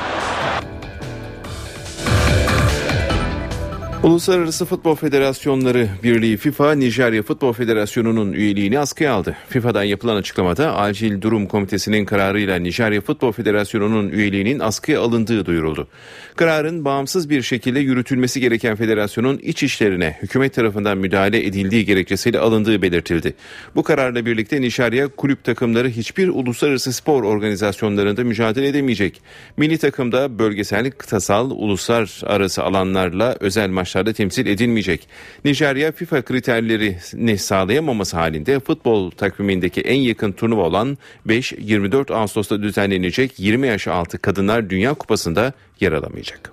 Uluslararası Futbol Federasyonları Birliği FIFA, Nijerya Futbol Federasyonu'nun üyeliğini askıya aldı. FIFA'dan yapılan açıklamada Acil Durum Komitesi'nin kararıyla Nijerya Futbol Federasyonu'nun üyeliğinin askıya alındığı duyuruldu. Kararın bağımsız bir şekilde yürütülmesi gereken federasyonun iç işlerine hükümet tarafından müdahale edildiği gerekçesiyle alındığı belirtildi. Bu kararla birlikte Nijerya kulüp takımları hiçbir uluslararası spor organizasyonlarında mücadele edemeyecek. Milli takımda bölgesel, kıtasal, uluslararası alanlarla özel maçlarda temsil edilmeyecek. Nijerya FIFA kriterlerini sağlayamaması halinde futbol takvimindeki en yakın turnuva olan 5-24 Ağustos'ta düzenlenecek 20 yaş altı Kadınlar Dünya Kupası'nda yer alamayacak.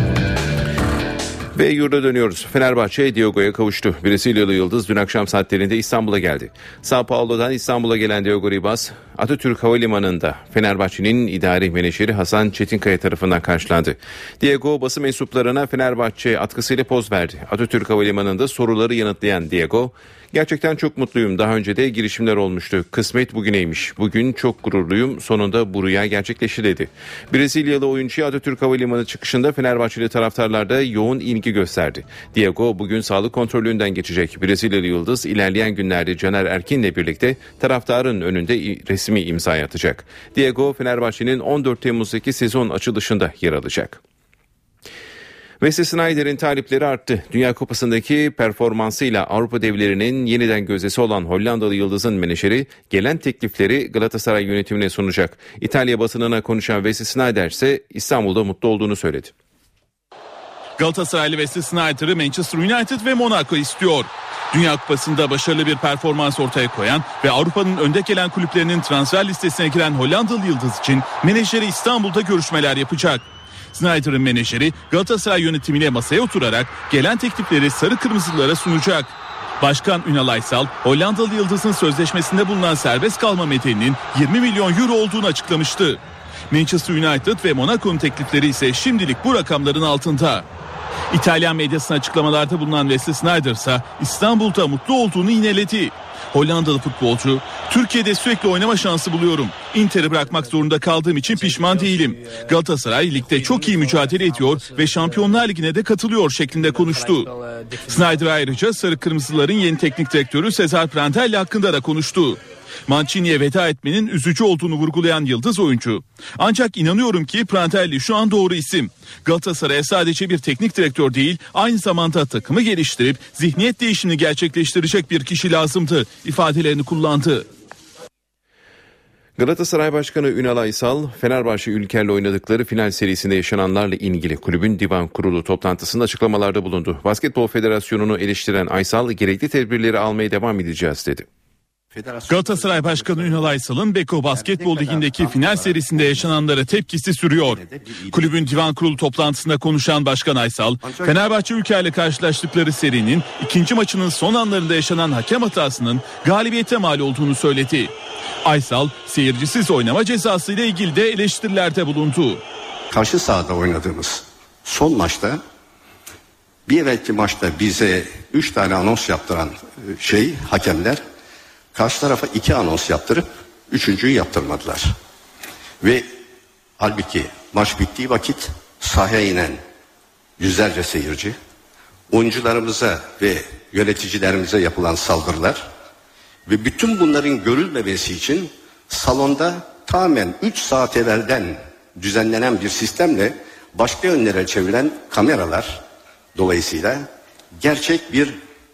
Ve yurda dönüyoruz. Fenerbahçe Diogo'ya kavuştu. Brezilyalı yıldız dün akşam saatlerinde İstanbul'a geldi. Sao Paulo'dan İstanbul'a gelen Diogo Ribas, Atatürk Havalimanı'nda Fenerbahçe'nin idari menajeri Hasan Çetinkaya tarafından karşılandı. Diego basın mensuplarına Fenerbahçe atkısıyla poz verdi. Atatürk Havalimanı'nda soruları yanıtlayan Diego, "Gerçekten çok mutluyum. Daha önce de girişimler olmuştu. Kısmet bugüneymiş. Bugün çok gururluyum. Sonunda bu rüya gerçekleşti" dedi. Brezilyalı oyuncuya Atatürk Havalimanı çıkışında Fenerbahçeli taraftarlar da yoğun ilgi gösterdi. Diego bugün sağlık kontrolünden geçecek. Brezilyalı yıldız ilerleyen günlerde Caner Erkin'le birlikte taraftarın önünde resmi imza atacak. Diego Fenerbahçe'nin 14 Temmuz'daki sezon açılışında yer alacak. Wesley Sneijder'in talipleri arttı. Dünya Kupası'ndaki performansıyla Avrupa devlerinin yeniden gözdesi olan Hollandalı yıldızın menajeri gelen teklifleri Galatasaray yönetimine sunacak. İtalya basınına konuşan Wesley Sneijder ise İstanbul'da mutlu olduğunu söyledi. Galatasaraylı Wesley Sneijder'ı Manchester United ve Monaco istiyor. Dünya Kupası'nda başarılı bir performans ortaya koyan ve Avrupa'nın önde gelen kulüplerinin transfer listesine giren Hollandalı yıldız için menajeri İstanbul'da görüşmeler yapacak. Sneijder'ın menajeri Galatasaray yönetimiyle masaya oturarak gelen teklifleri sarı kırmızılara sunacak. Başkan Ünal Aysal, Hollandalı yıldızın sözleşmesinde bulunan serbest kalma medelinin 20 milyon euro olduğunu açıklamıştı. Manchester United ve Monaco'nun teklifleri ise şimdilik bu rakamların altında. İtalyan medyasına açıklamalarda bulunan Wesley Sneijder ise İstanbul'da mutlu olduğunu yineledi. Hollandalı futbolcu, "Türkiye'de sürekli oynama şansı buluyorum. Inter'i bırakmak zorunda kaldığım için pişman değilim. Galatasaray ligde çok iyi mücadele ediyor ve Şampiyonlar Ligi'ne de katılıyor" şeklinde konuştu. Sneijder ayrıca sarı kırmızıların yeni teknik direktörü Cesar Prandelli hakkında da konuştu. Mancini'ye veda etmenin üzücü olduğunu vurgulayan yıldız oyuncu, "Ancak inanıyorum ki Prandelli şu an doğru isim. Galatasaray'a sadece bir teknik direktör değil, aynı zamanda takımı geliştirip zihniyet değişimini gerçekleştirecek bir kişi lazımdı" ifadelerini kullandı. Galatasaray Başkanı Ünal Aysal, Fenerbahçe Ülker'le oynadıkları final serisinde yaşananlarla ilgili kulübün divan kurulu toplantısında açıklamalarda bulundu. Basketbol Federasyonu'nu eleştiren Aysal, gerekli tedbirleri almaya devam edeceğiz dedi. Galatasaray Başkanı Ünal Aysal'ın Beko Basketbol Ligi'ndeki final serisinde yaşananlara tepkisi sürüyor. Kulübün divan kurulu toplantısında konuşan Başkan Aysal, Fenerbahçe Ülker'le karşılaştıkları serinin ikinci maçının son anlarında yaşanan hakem hatasının galibiyete mal olduğunu söyledi. Aysal, seyircisiz oynama cezası ile ilgili de eleştirilerde bulundu. Karşı sahada oynadığımız son maçta, bir evvelki maçta bize 3 tane anons yaptıran hakemler, karşı tarafa 2 anons yaptırıp 3.'yü yaptırmadılar. Ve halbuki maç bittiği vakit sahaya inen yüzlerce seyirci, oyuncularımıza ve yöneticilerimize yapılan saldırılar ve bütün bunların görülmemesi için salonda tamamen 3 saat evvelden düzenlenen bir sistemle başka yönlere çevrilen kameralar dolayısıyla gerçek bir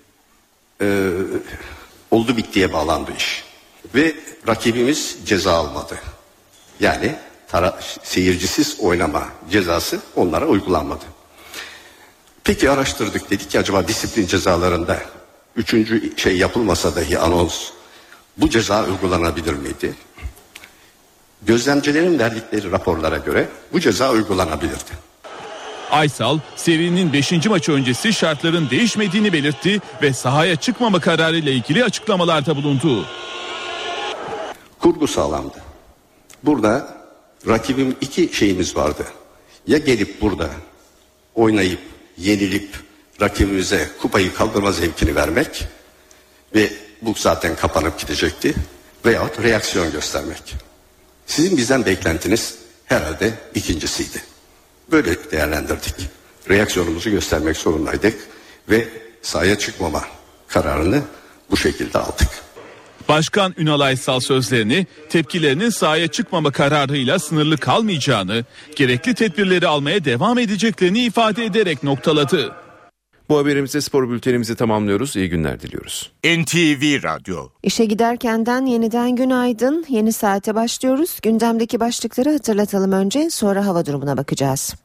oldu bittiye bağlandı iş. Ve rakibimiz ceza almadı. Yani seyircisiz oynama cezası onlara uygulanmadı. Peki araştırdık, dedik ki acaba disiplin cezalarında 3. yapılmasa dahi anons, bu ceza uygulanabilir miydi? Gözlemcilerin verdikleri raporlara göre bu ceza uygulanabilirdi. Aysal, serinin 5. maçı öncesi şartların değişmediğini belirtti ve sahaya çıkmama kararı ile ilgili açıklamalarda bulundu. Kurgu sağlamdı. Burada rakibim 2 şeyimiz vardı. Ya gelip burada oynayıp, yenilip rakibimize kupayı kaldırma zevkini vermek ve bu zaten kapanıp gidecekti, veyahut reaksiyon göstermek. Sizin bizden beklentiniz herhalde ikincisiydi. Böyle değerlendirdik. Reaksiyonumuzu göstermek zorundaydık ve sahaya çıkmama kararını bu şekilde aldık. Başkan Ünal Aysal sözlerini, tepkilerinin sahaya çıkmama kararıyla sınırlı kalmayacağını, gerekli tedbirleri almaya devam edeceklerini ifade ederek noktaladı. Bu haberimizde spor bültenimizi tamamlıyoruz. İyi günler diliyoruz. NTV Radyo. İşe giderkenden yeniden günaydın. Yeni saate başlıyoruz. Gündemdeki başlıkları hatırlatalım önce, sonra hava durumuna bakacağız.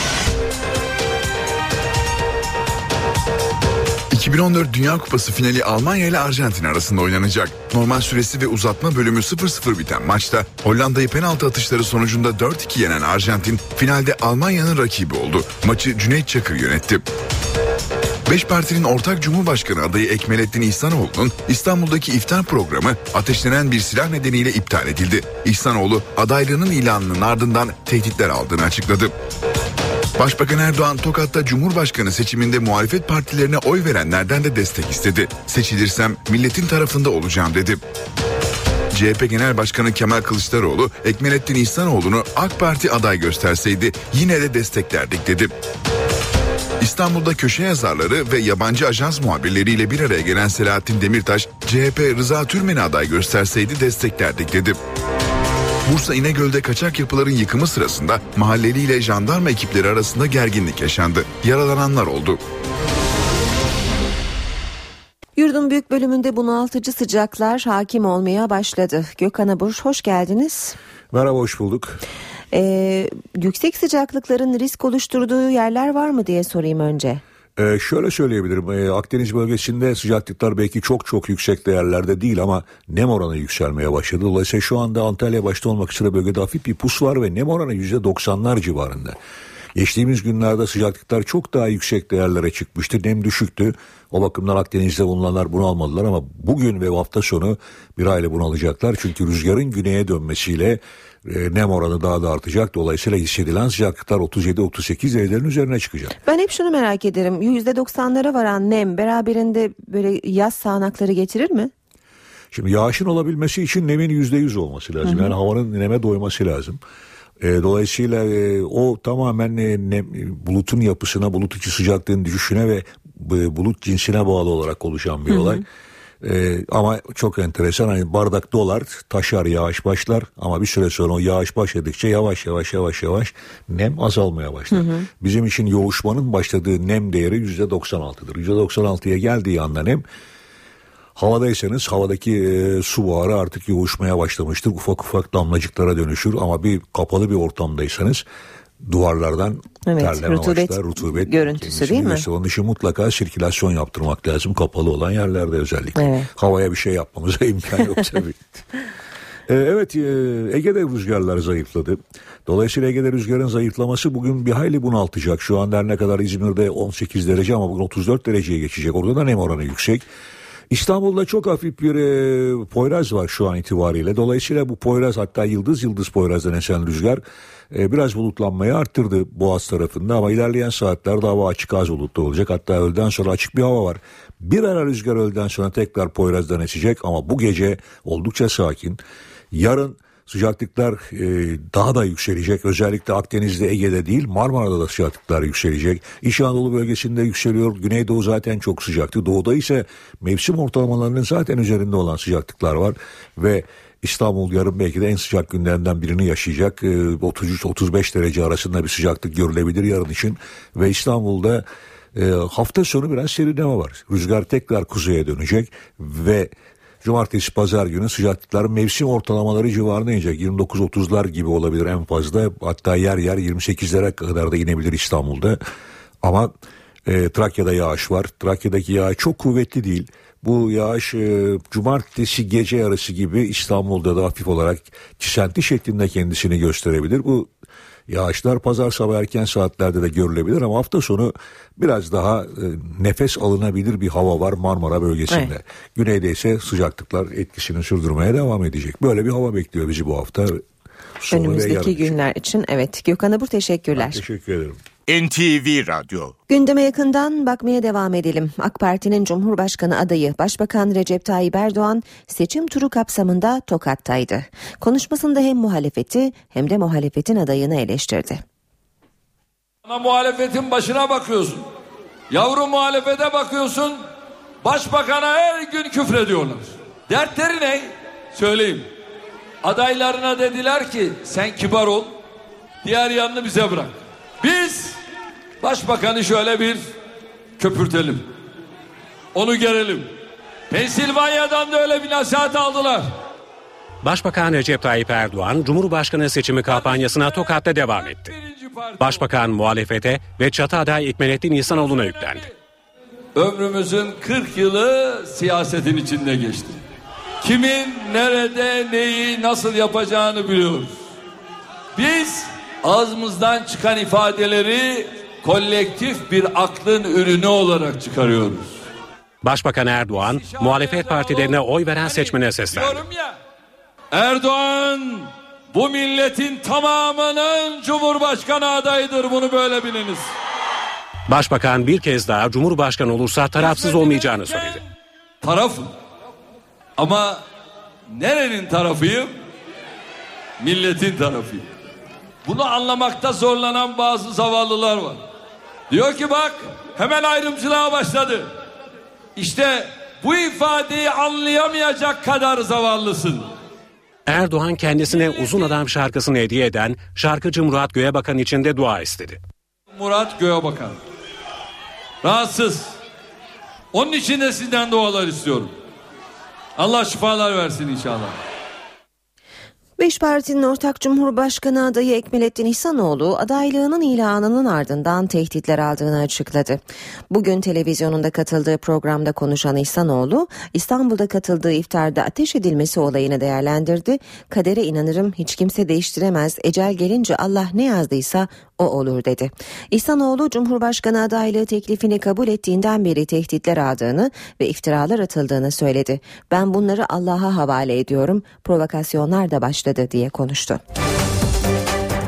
2014 Dünya Kupası finali Almanya ile Arjantin arasında oynanacak. Normal süresi ve uzatma bölümü 0-0 biten maçta Hollanda'yı penaltı atışları sonucunda 4-2 yenen Arjantin finalde Almanya'nın rakibi oldu. Maçı Cüneyt Çakır yönetti. 5 partinin ortak Cumhurbaşkanı adayı Ekmelettin İhsanoğlu'nun İstanbul'daki iftar programı ateşlenen bir silah nedeniyle iptal edildi. İhsanoğlu adaylığının ilanının ardından tehditler aldığını açıkladı. Başbakan Erdoğan Tokat'ta Cumhurbaşkanı seçiminde muhalefet partilerine oy verenlerden de destek istedi. Seçilirsem milletin tarafında olacağım dedi. CHP Genel Başkanı Kemal Kılıçdaroğlu, Ekmelettin İhsanoğlu'nu AK Parti aday gösterseydi yine de desteklerdik dedi. İstanbul'da köşe yazarları ve yabancı ajans muhabirleriyle bir araya gelen Selahattin Demirtaş, CHP Rıza Türmen'i aday gösterseydi desteklerdik dedi. Bursa İnegöl'de kaçak yapıların yıkımı sırasında mahalleliyle jandarma ekipleri arasında gerginlik yaşandı. Yaralananlar oldu. Yurdun büyük bölümünde bunaltıcı sıcaklar hakim olmaya başladı. Gökhan Abur, hoş geldiniz. Merhaba, hoş bulduk. Yüksek sıcaklıkların risk oluşturduğu yerler var mı diye sorayım önce. Şöyle söyleyebilirim. Akdeniz bölgesinde sıcaklıklar belki çok yüksek değerlerde değil ama nem oranı yükselmeye başladı. Dolayısıyla şu anda Antalya başta olmak üzere bölgede hafif bir pus var ve nem oranı %90'lar civarında. Geçtiğimiz günlerde sıcaklıklar çok daha yüksek değerlere çıkmıştı. Nem düşüktü. O bakımdan Akdeniz'de bulunanlar bunu almadılar ama bugün ve hafta sonu bir aile bunu alacaklar. Çünkü rüzgarın güneye dönmesiyle nem oranı daha da artacak. Dolayısıyla hissedilen sıcaklıklar 37-38 derecelerin üzerine çıkacak. Ben hep şunu merak ederim. %90'lara varan nem beraberinde böyle yaz sağanakları getirir mi? Şimdi yağışın olabilmesi için nemin %100 olması lazım. Yani havanın neme doyması lazım. Dolayısıyla o tamamen bulutun yapısına, bulut içi sıcaklığın düşüşüne ve bulut cinsine bağlı olarak oluşan bir olay. Ama çok enteresan, hani bardak dolar, taşar, yağış başlar ama bir süre sonra o yağış başladıkça yavaş yavaş nem azalmaya başlar. Bizim için yoğuşmanın başladığı nem değeri %96'dır. %96'ya geldiği anda nem, havadaysanız havadaki su buharı artık yoğuşmaya başlamıştır. Ufak ufak damlacıklara dönüşür ama bir kapalı bir ortamdaysanız duvarlardan terleme başlar, rutubet görüntüsü değil mi? Onun için mutlaka sirkülasyon yaptırmak lazım kapalı olan yerlerde özellikle. Evet. Havaya bir şey yapmamıza imkan yok tabii. Evet, Ege'de rüzgarlar zayıfladı. Dolayısıyla Ege'de rüzgarın zayıflaması bugün bir hayli bunaltacak. Şu anda her ne kadar İzmir'de 18 derece ama bugün 34 dereceye geçecek. Orada da nem oranı yüksek. İstanbul'da çok hafif bir Poyraz var şu an itibariyle. Dolayısıyla bu Poyraz, hatta yıldız Poyraz'dan esen rüzgar biraz bulutlanmayı arttırdı Boğaz tarafında ama ilerleyen saatlerde hava açık, az bulutlu olacak. Hatta öğleden sonra açık bir hava var. Bir ara rüzgar öğleden sonra tekrar Poyraz'dan esecek ama bu gece oldukça sakin. Yarın sıcaklıklar daha da yükselecek. Özellikle Akdeniz'de, Ege'de değil, Marmara'da da sıcaklıklar yükselecek. İç Anadolu bölgesinde yükseliyor. Güneydoğu zaten çok sıcaktı. Doğuda ise mevsim ortalamalarının zaten üzerinde olan sıcaklıklar var. Ve İstanbul yarın belki de en sıcak günlerinden birini yaşayacak. 33-35 derece arasında bir sıcaklık görülebilir yarın için. Ve İstanbul'da hafta sonu biraz serinleme var. Rüzgar tekrar kuzeye dönecek ve cumartesi pazar günü sıcaklıkların mevsim ortalamaları civarına inecek. 29-30'lar gibi olabilir en fazla. Hatta yer 28'lere kadar da inebilir İstanbul'da. Ama Trakya'da yağış var. Trakya'daki yağış çok kuvvetli değil. Bu yağış cumartesi gece yarısı gibi İstanbul'da da hafif olarak çisenti şeklinde kendisini gösterebilir. Bu yağışlar pazar sabah erken saatlerde de görülebilir ama hafta sonu biraz daha nefes alınabilir bir hava var Marmara bölgesinde. Evet. Güneyde ise etkisini sürdürmeye devam edecek. Böyle bir hava bekliyor bizi bu hafta. Önümüzdeki günler için. Evet, Gökhan Abur teşekkürler. Ben teşekkür ederim. NTV Radyo. Gündeme yakından bakmaya devam edelim. AK Parti'nin Cumhurbaşkanı adayı Başbakan Recep Tayyip Erdoğan seçim turu kapsamında Tokat'taydı. Konuşmasında hem muhalefeti hem de muhalefetin adayını eleştirdi. Ana muhalefetin başına bakıyorsun. Yavru muhalefete bakıyorsun. Başbakana her gün küfrediyorlar. Dertleri ne? Söyleyeyim. Adaylarına dediler ki sen kibar ol. Diğer yanını bize bırak. Biz başbakanı şöyle bir köpürtelim. Onu görelim. Pensilvanya'dan da öyle bir nasihat aldılar. Başbakan Recep Tayyip Erdoğan, Cumhurbaşkanı seçimi kampanyasına Tokat'ta devam etti. Başbakan muhalefete ve çatı aday Ekmelettin İhsanoğlu'na yüklendi. Ömrümüzün 40 yılı siyasetin içinde geçti. Kimin nerede neyi nasıl yapacağını biliyoruz. Biz ağzımızdan çıkan ifadeleri kolektif bir aklın ürünü olarak çıkarıyoruz. Başbakan Erdoğan, muhalefet partilerine oy veren seçmene seslendi. Erdoğan bu milletin tamamının Cumhurbaşkanı adayıdır, bunu böyle biliniz. Başbakan bir kez daha Cumhurbaşkanı olursa tarafsız olmayacağını söyledi. Tarafım. Ama nerenin tarafıyım? Milletin tarafıyım. Bunu anlamakta zorlanan bazı zavallılar var. Diyor ki bak hemen ayrımcılığa başladı. İşte bu ifadeyi anlayamayacak kadar zavallısın. Erdoğan kendisine Uzun Adam şarkısını hediye eden şarkıcı Murat Göğebakan için de dua istedi. Murat Göğebakan rahatsız. Onun için de sizden dualar istiyorum. Allah şifalar versin inşallah. 5 partinin ortak Cumhurbaşkanı adayı Ekmelettin İhsanoğlu adaylığının ilanının ardından tehditler aldığını açıkladı. Bugün televizyonunda katıldığı programda konuşan İhsanoğlu, İstanbul'da katıldığı iftarda ateş edilmesi olayını değerlendirdi. Kadere inanırım, hiç kimse değiştiremez, ecel gelince Allah ne yazdıysa o olur dedi. İhsanoğlu Cumhurbaşkanı adaylığı teklifini kabul ettiğinden beri tehditler aldığını ve iftiralar atıldığını söyledi. Ben bunları Allah'a havale ediyorum, provokasyonlar da başladı diye konuştu.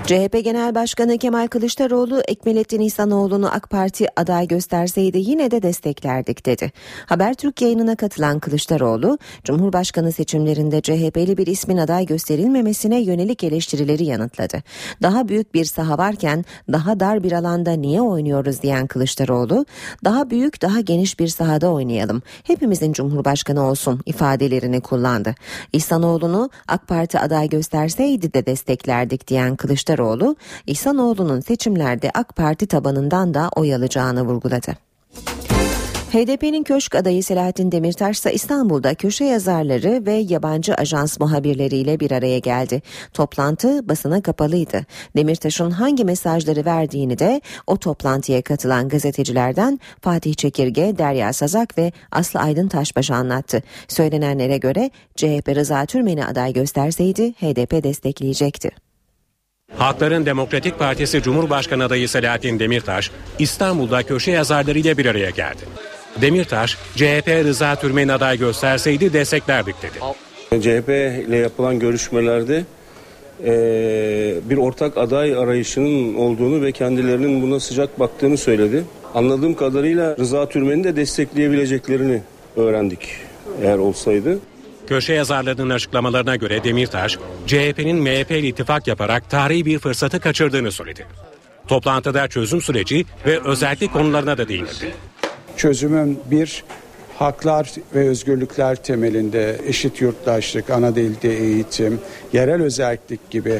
CHP Genel Başkanı Kemal Kılıçdaroğlu, Ekmelettin İhsanoğlu'nu AK Parti aday gösterseydi yine de desteklerdik dedi. Habertürk yayınına katılan Kılıçdaroğlu, Cumhurbaşkanı seçimlerinde CHP'li bir ismin aday gösterilmemesine yönelik eleştirileri yanıtladı. Daha büyük bir saha varken daha dar bir alanda niye oynuyoruz diyen Kılıçdaroğlu, daha büyük, daha geniş bir sahada oynayalım, hepimizin Cumhurbaşkanı olsun ifadelerini kullandı. İhsanoğlu'nu AK Parti aday gösterseydi de desteklerdik diyen Kılıçdaroğlu, İhsanoğlu'nun seçimlerde AK Parti tabanından da oy alacağını vurguladı. HDP'nin köşk adayı Selahattin Demirtaş ise İstanbul'da köşe yazarları ve yabancı ajans muhabirleriyle bir araya geldi. Toplantı basına kapalıydı. Demirtaş'ın hangi mesajları verdiğini de o toplantıya katılan gazetecilerden Fatih Çekirge, Derya Sazak ve Aslı Aydın Taşbaş anlattı. Söylenenlere göre CHP Rıza Türmen'i aday gösterseydi HDP destekleyecekti. Halkların Demokratik Partisi Cumhurbaşkanı adayı Selahattin Demirtaş, İstanbul'da köşe yazarlarıyla bir araya geldi. Demirtaş, CHP Rıza Türmen'i aday gösterseydi desteklerdik dedi. CHP ile yapılan görüşmelerde bir ortak aday arayışının olduğunu ve kendilerinin buna sıcak baktığını söyledi. Anladığım kadarıyla Rıza Türmen'i de destekleyebileceklerini öğrendik eğer olsaydı. Köşe yazarlarının açıklamalarına göre Demirtaş, CHP'nin MHP ile ittifak yaparak tarihi bir fırsatı kaçırdığını söyledi. Toplantıda çözüm süreci ve özellik konularına da değinildi. Çözümün bir, haklar ve özgürlükler temelinde eşit yurttaşlık, ana dilde eğitim, yerel özellik gibi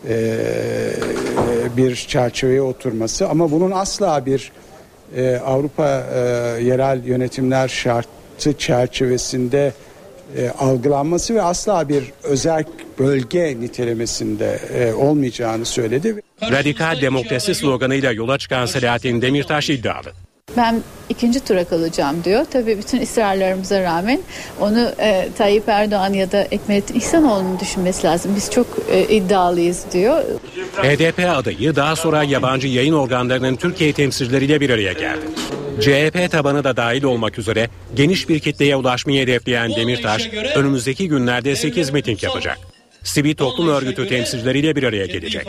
bir çerçeveye oturması, ama bunun asla bir Avrupa yerel yönetimler şartı çerçevesinde algılanması ve asla bir özel bölge nitelemesinde olmayacağını söyledi. Radikal demokrasi sloganıyla yola çıkan Selahattin Demirtaş iddialı. Ben ikinci tura kalacağım diyor. Tabii bütün ısrarlarımıza rağmen onu Tayyip Erdoğan ya da Ekmelettin İhsanoğlu'nun düşünmesi lazım. Biz çok iddialıyız diyor. HDP adayı daha sonra yabancı yayın organlarının Türkiye temsilcileriyle bir araya geldi. CHP tabanı da dahil olmak üzere geniş bir kitleye ulaşmayı hedefleyen Demirtaş, önümüzdeki günlerde 8 miting yapacak. Sivil toplum örgütü temsilcileriyle bir araya gelecek.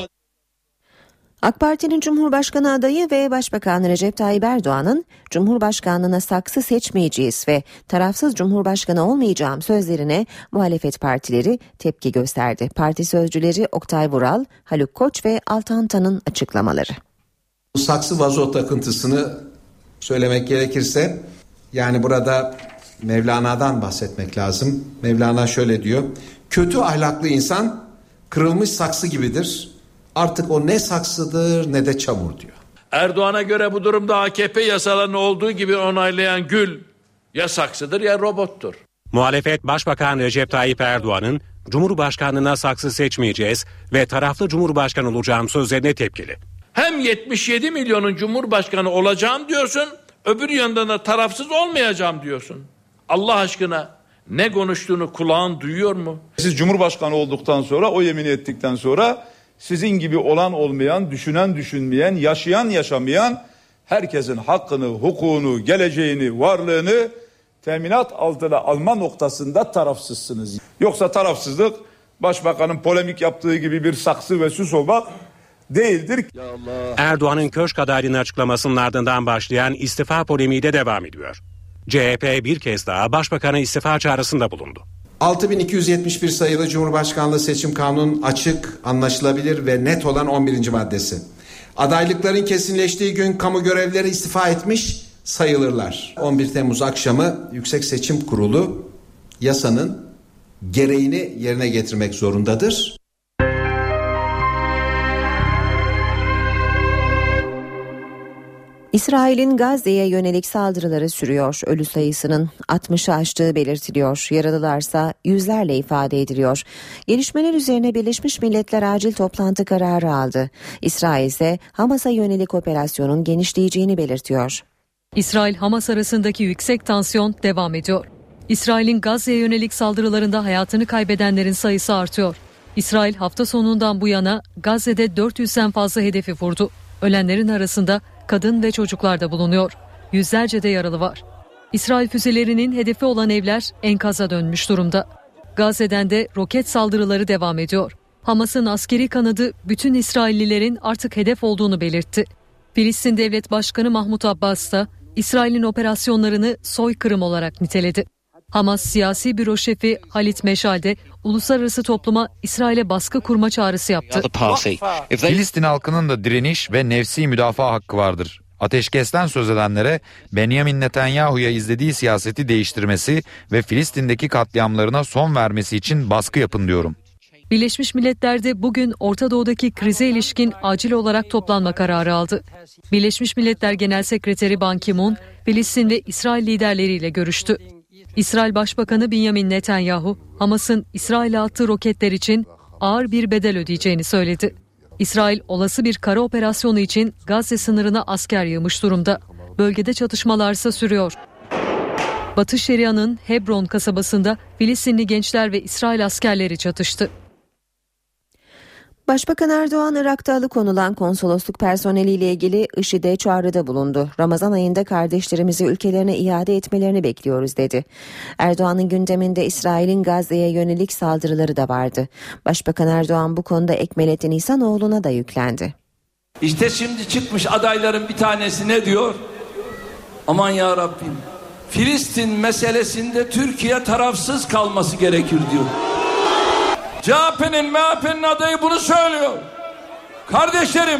AK Parti'nin Cumhurbaşkanı adayı ve Başbakan Recep Tayyip Erdoğan'ın Cumhurbaşkanlığına saksı seçmeyeceğiz ve tarafsız Cumhurbaşkanı olmayacağım sözlerine muhalefet partileri tepki gösterdi. Parti sözcüleri Oktay Vural, Haluk Koç ve Altan Tan'ın açıklamaları. Bu saksı vazo takıntısını söylemek gerekirse, yani burada Mevlana'dan bahsetmek lazım. Mevlana şöyle diyor: kötü ahlaklı insan kırılmış saksı gibidir. Artık o ne saksıdır ne de çamur diyor. Erdoğan'a göre bu durumda AKP yasalarını olduğu gibi onaylayan gül ya saksıdır ya robottur. Muhalefet Başbakan Recep Tayyip Erdoğan'ın Cumhurbaşkanlığına saksı seçmeyeceğiz ve taraflı Cumhurbaşkanı olacağım sözlerine tepkili. Hem 77 milyonun Cumhurbaşkanı olacağım diyorsun, öbür yandan da tarafsız olmayacağım diyorsun. Allah aşkına ne konuştuğunu kulağın duyuyor mu? Siz Cumhurbaşkanı olduktan sonra, o yemini ettikten sonra sizin gibi olan olmayan, düşünen düşünmeyen, yaşayan yaşamayan herkesin hakkını, hukukunu, geleceğini, varlığını teminat altına alma noktasında tarafsızsınız. Yoksa tarafsızlık başbakanın polemik yaptığı gibi bir saksı ve süs olmak değildir. Erdoğan'ın köşk adaylığının açıklamasının ardından başlayan istifa polemiği de devam ediyor. CHP bir kez daha başbakana istifa çağrısında bulundu. 6271 sayılı Cumhurbaşkanlığı Seçim Kanunu'nun açık, anlaşılabilir ve net olan 11. maddesi. Adaylıkların kesinleştiği gün kamu görevlileri istifa etmiş sayılırlar. 11 Temmuz akşamı Yüksek Seçim Kurulu yasanın gereğini yerine getirmek zorundadır. İsrail'in Gazze'ye yönelik saldırıları sürüyor. Ölü sayısının 60'ı aştığı belirtiliyor. Yaralılarsa yüzlerle ifade ediliyor. Gelişmeler üzerine Birleşmiş Milletler acil toplantı kararı aldı. İsrail ise Hamas'a yönelik operasyonun genişleyeceğini belirtiyor. İsrail-Hamas arasındaki yüksek tansiyon devam ediyor. İsrail'in Gazze'ye yönelik saldırılarında hayatını kaybedenlerin sayısı artıyor. İsrail hafta sonundan bu yana Gazze'de 400'den fazla hedefi vurdu. Ölenlerin arasında kadın ve çocuklar da bulunuyor. Yüzlerce de yaralı var. İsrail füzelerinin hedefi olan evler enkaza dönmüş durumda. Gazze'den de roket saldırıları devam ediyor. Hamas'ın askeri kanadı bütün İsraillilerin artık hedef olduğunu belirtti. Filistin Devlet Başkanı Mahmut Abbas da İsrail'in operasyonlarını soykırım olarak niteledi. Hamas siyasi büro şefi Halit Meşal de uluslararası topluma İsrail'e baskı kurma çağrısı yaptı. Filistin halkının da direniş ve nefsi müdafaa hakkı vardır. Ateşkesten söz edenlere Benjamin Netanyahu'ya izlediği siyaseti değiştirmesi ve Filistin'deki katliamlarına son vermesi için baskı yapın diyorum. Birleşmiş Milletler de bugün Orta Doğu'daki krize ilişkin acil olarak toplanma kararı aldı. Birleşmiş Milletler Genel Sekreteri Ban Ki-moon, Filistin ve İsrail liderleriyle görüştü. İsrail Başbakanı Benjamin Netanyahu, Hamas'ın İsrail'e attığı roketler için ağır bir bedel ödeyeceğini söyledi. İsrail olası bir kara operasyonu için Gazze sınırına asker yığmış durumda. Bölgede çatışmalarsa sürüyor. Batı Şeria'nın Hebron kasabasında Filistinli gençler ve İsrail askerleri çatıştı. Başbakan Erdoğan, Irak'ta alıkonulan konsolosluk personeliyle ilgili IŞİD'e çağrıda bulundu. Ramazan ayında kardeşlerimizi ülkelerine iade etmelerini bekliyoruz dedi. Erdoğan'ın gündeminde İsrail'in Gazze'ye yönelik saldırıları da vardı. Başbakan Erdoğan bu konuda Ekmelettin İhsanoğlu'na da yüklendi. İşte şimdi çıkmış adayların bir tanesi ne diyor? Aman ya Rabbim, Filistin meselesinde Türkiye tarafsız kalması gerekir diyor. CHP'nin, MHP'nin adayı bunu söylüyor. Kardeşlerim,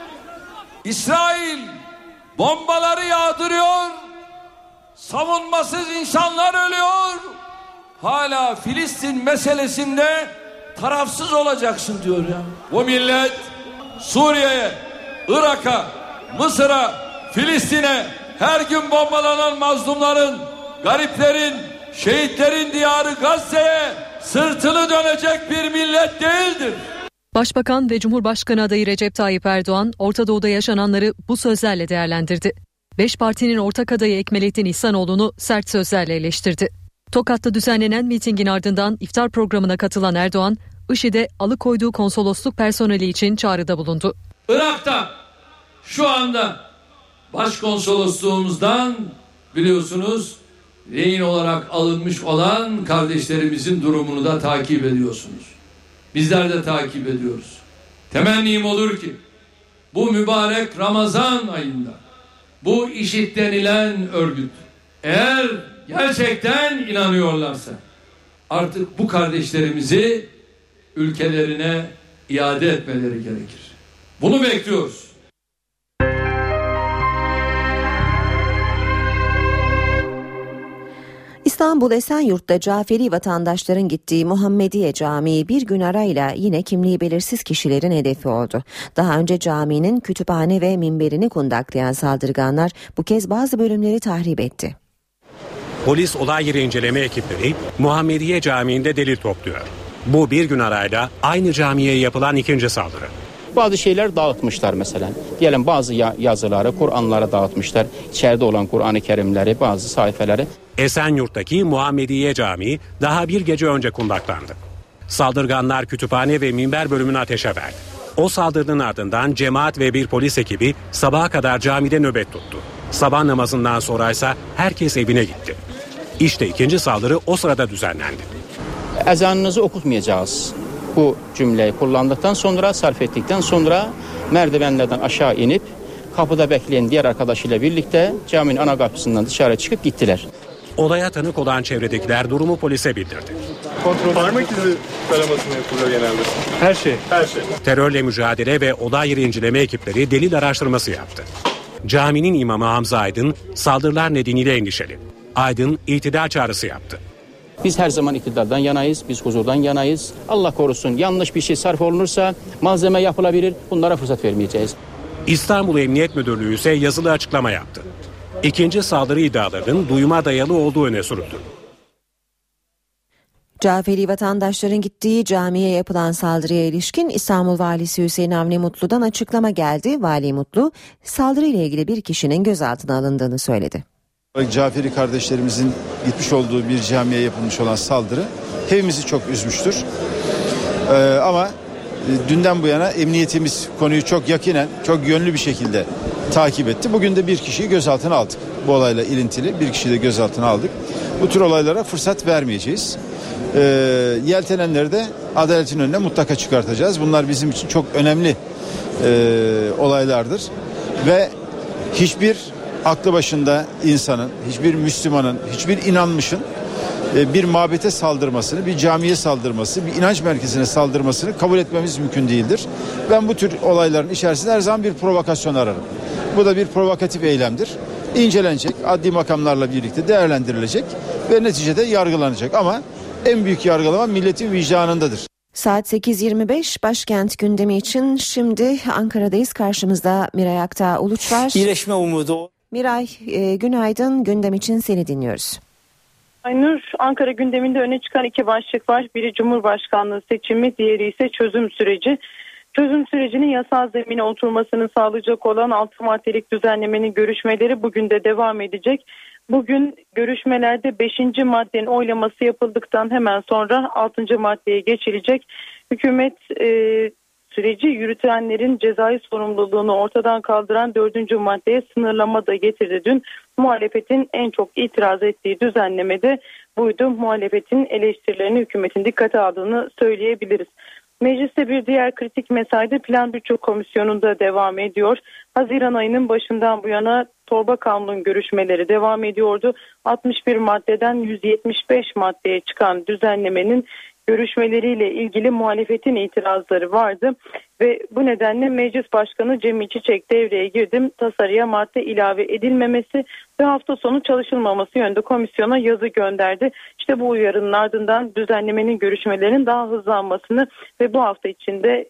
İsrail bombaları yağdırıyor, savunmasız insanlar ölüyor. Hala Filistin meselesinde tarafsız olacaksın diyor ya. Bu millet Suriye'ye, Irak'a, Mısır'a, Filistin'e her gün bombalanan mazlumların, gariplerin, şehitlerin diyarı Gazze'ye sırtını dönecek bir millet değildir. Başbakan ve Cumhurbaşkanı adayı Recep Tayyip Erdoğan, Orta Doğu'da yaşananları bu sözlerle değerlendirdi. 5 partinin ortak adayı Ekmelettin İhsanoğlu'nu sert sözlerle eleştirdi. Tokat'ta düzenlenen mitingin ardından iftar programına katılan Erdoğan, IŞİD'e alıkoyduğu konsolosluk personeli için çağrıda bulundu. Irak'ta şu anda başkonsolosluğumuzdan biliyorsunuz rehin olarak alınmış olan kardeşlerimizin durumunu da takip ediyorsunuz. Bizler de takip ediyoruz. Temennim olur ki bu mübarek Ramazan ayında bu IŞİD denilen örgüt eğer gerçekten inanıyorlarsa artık bu kardeşlerimizi ülkelerine iade etmeleri gerekir. Bunu bekliyoruz. İstanbul Esenyurt'ta Caferi vatandaşların gittiği Muhammediye Camii bir gün arayla yine kimliği belirsiz kişilerin hedefi oldu. Daha önce caminin kütüphane ve minberini kundaklayan saldırganlar bu kez bazı bölümleri tahrip etti. Polis olay yeri inceleme ekipleri Muhammediye Camii'nde delil topluyor. Bu bir gün arayla aynı camiye yapılan ikinci saldırı. Bazı şeyler dağıtmışlar mesela. Diyelim bazı yazıları, Kur'anları dağıtmışlar. İçeride olan Kur'an-ı Kerimleri, bazı sayfaları. Esenyurt'taki Muhammediye Camii daha bir gece önce kundaklandı. Saldırganlar kütüphane ve minber bölümünü ateşe verdi. O saldırının ardından cemaat ve bir polis ekibi sabaha kadar camide nöbet tuttu. Sabah namazından sonraysa herkes evine gitti. İşte ikinci saldırı o sırada düzenlendi. Ezanınızı okutmayacağız. Bu cümleyi kullandıktan sonra, sarf ettikten sonra merdivenlerden aşağı inip kapıda bekleyen diğer arkadaşıyla birlikte caminin ana kapısından dışarı çıkıp gittiler. Olaya tanık olan çevredekiler durumu polise bildirdi. Parmak izi taraması mı yapılıyor genelde? Her şey. Terörle mücadele ve olay yeri inceleme ekipleri delil araştırması yaptı. Caminin imamı Hamza Aydın saldırılar nedeniyle endişeli. Aydın itidal çağrısı yaptı. Biz her zaman iktidardan yanayız, biz huzurdan yanayız. Allah korusun yanlış bir şey sarf olunursa malzeme yapılabilir, bunlara fırsat vermeyeceğiz. İstanbul Emniyet Müdürlüğü ise yazılı açıklama yaptı. İkinci saldırı iddialarının duyuma dayalı olduğu öne sürüldü. Caferi vatandaşların gittiği camiye yapılan saldırıya ilişkin İstanbul Valisi Hüseyin Avni Mutlu'dan açıklama geldi. Vali Mutlu, saldırıyla ilgili bir kişinin gözaltına alındığını söyledi. Caferi kardeşlerimizin gitmiş olduğu bir camiye yapılmış olan saldırı hepimizi çok üzmüştür. Ama dünden bu yana emniyetimiz konuyu çok yakinen, çok yönlü bir şekilde takip etti. Bugün de bir kişiyi gözaltına aldık. Bu olayla ilintili bir kişiyi de gözaltına aldık. bu tür olaylara fırsat vermeyeceğiz. Yeltenenleri de adaletin önüne mutlaka çıkartacağız. Bunlar bizim için çok önemli olaylardır. Ve hiçbir aklı başında insanın, hiçbir Müslümanın, hiçbir inanmışın bir mabete saldırmasını, bir camiye saldırması, bir inanç merkezine saldırmasını kabul etmemiz mümkün değildir. Ben bu tür olayların içerisinde her zaman bir provokasyon ararım. Bu da bir provokatif eylemdir. İncelenecek, adli makamlarla birlikte değerlendirilecek ve neticede yargılanacak. Ama en büyük yargılama milletin vicdanındadır. Saat 8.25 başkent gündemi için şimdi Ankara'dayız. Karşımızda Miray Aktağ Uluç var. İyileşme umudu. Miray, günaydın. Gündem için seni dinliyoruz. Aynur, Ankara gündeminde öne çıkan iki başlık var. Biri Cumhurbaşkanlığı seçimi, diğeri ise çözüm süreci. Çözüm sürecinin yasal zemine oturmasını sağlayacak olan 6 maddelik düzenlemenin görüşmeleri bugün de devam edecek. Bugün görüşmelerde 5. maddenin oylaması yapıldıktan hemen sonra 6. maddeye geçilecek. Hükümet süreci yürütenlerin cezai sorumluluğunu ortadan kaldıran 4. maddeye sınırlama da getirdi. Dün muhalefetin en çok itiraz ettiği düzenlemede buydu. Muhalefetin eleştirilerini hükümetin dikkate aldığını söyleyebiliriz. Mecliste bir diğer kritik mesaide Plan Bütçe Komisyonu'nda devam ediyor. Haziran ayının başından bu yana torba kanunun görüşmeleri devam ediyordu. 61 maddeden 175 maddeye çıkan düzenlemenin görüşmeleriyle ilgili muhalefetin itirazları vardı ve bu nedenle Meclis Başkanı Cemil Çiçek devreye girdi. Tasarıya madde ilave edilmemesi ve hafta sonu çalışılmaması yönünde komisyona yazı gönderdi. İşte bu uyarının ardından düzenlemenin görüşmelerinin daha hızlanmasını ve bu hafta içinde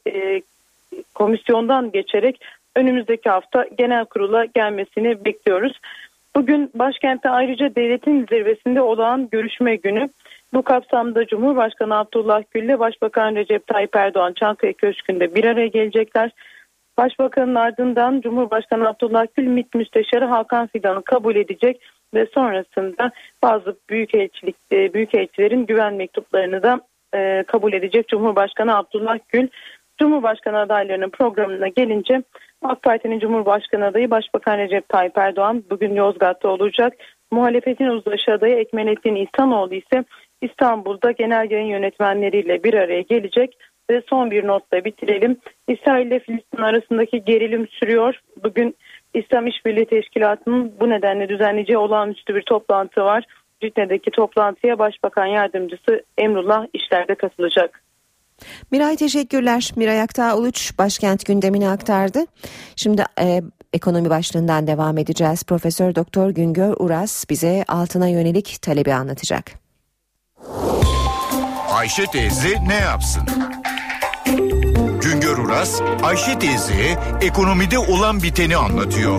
komisyondan geçerek önümüzdeki hafta genel kurula gelmesini bekliyoruz. Bugün başkentte ayrıca devletin zirvesinde olağan görüşme günü. Bu kapsamda Cumhurbaşkanı Abdullah Gül ile Başbakan Recep Tayyip Erdoğan Çankaya Köşkü'nde bir araya gelecekler. Başbakanın ardından Cumhurbaşkanı Abdullah Gül MİT Müsteşarı Hakan Fidan'ı kabul edecek ve sonrasında bazı büyükelçilerin güven mektuplarını da kabul edecek Cumhurbaşkanı Abdullah Gül. Cumhurbaşkanı adaylarının programına gelince AK Parti'nin Cumhurbaşkanı adayı Başbakan Recep Tayyip Erdoğan bugün Yozgat'ta olacak. Muhalefetin uzlaşı adayı Ekmelettin İhsanoğlu ise İstanbul'da genel yayın yönetmenleriyle bir araya gelecek ve son bir notla bitirelim. İsrail ile Filistin arasındaki gerilim sürüyor. Bugün İslam İşbirliği Teşkilatı'nın bu nedenle düzenleyeceği olağanüstü bir toplantı var. Cidne'deki toplantıya Başbakan Yardımcısı Emrullah İşler de katılacak. Miray teşekkürler. Miray Aktağ Uluç başkent gündemini aktardı. Şimdi ekonomi başlığından devam edeceğiz. Profesör Doktor Güngör Uras bize altına yönelik talebi anlatacak. Ayşe teyze ne yapsın? Güngör Uras, Ayşe teyzeye ekonomide olan biteni anlatıyor.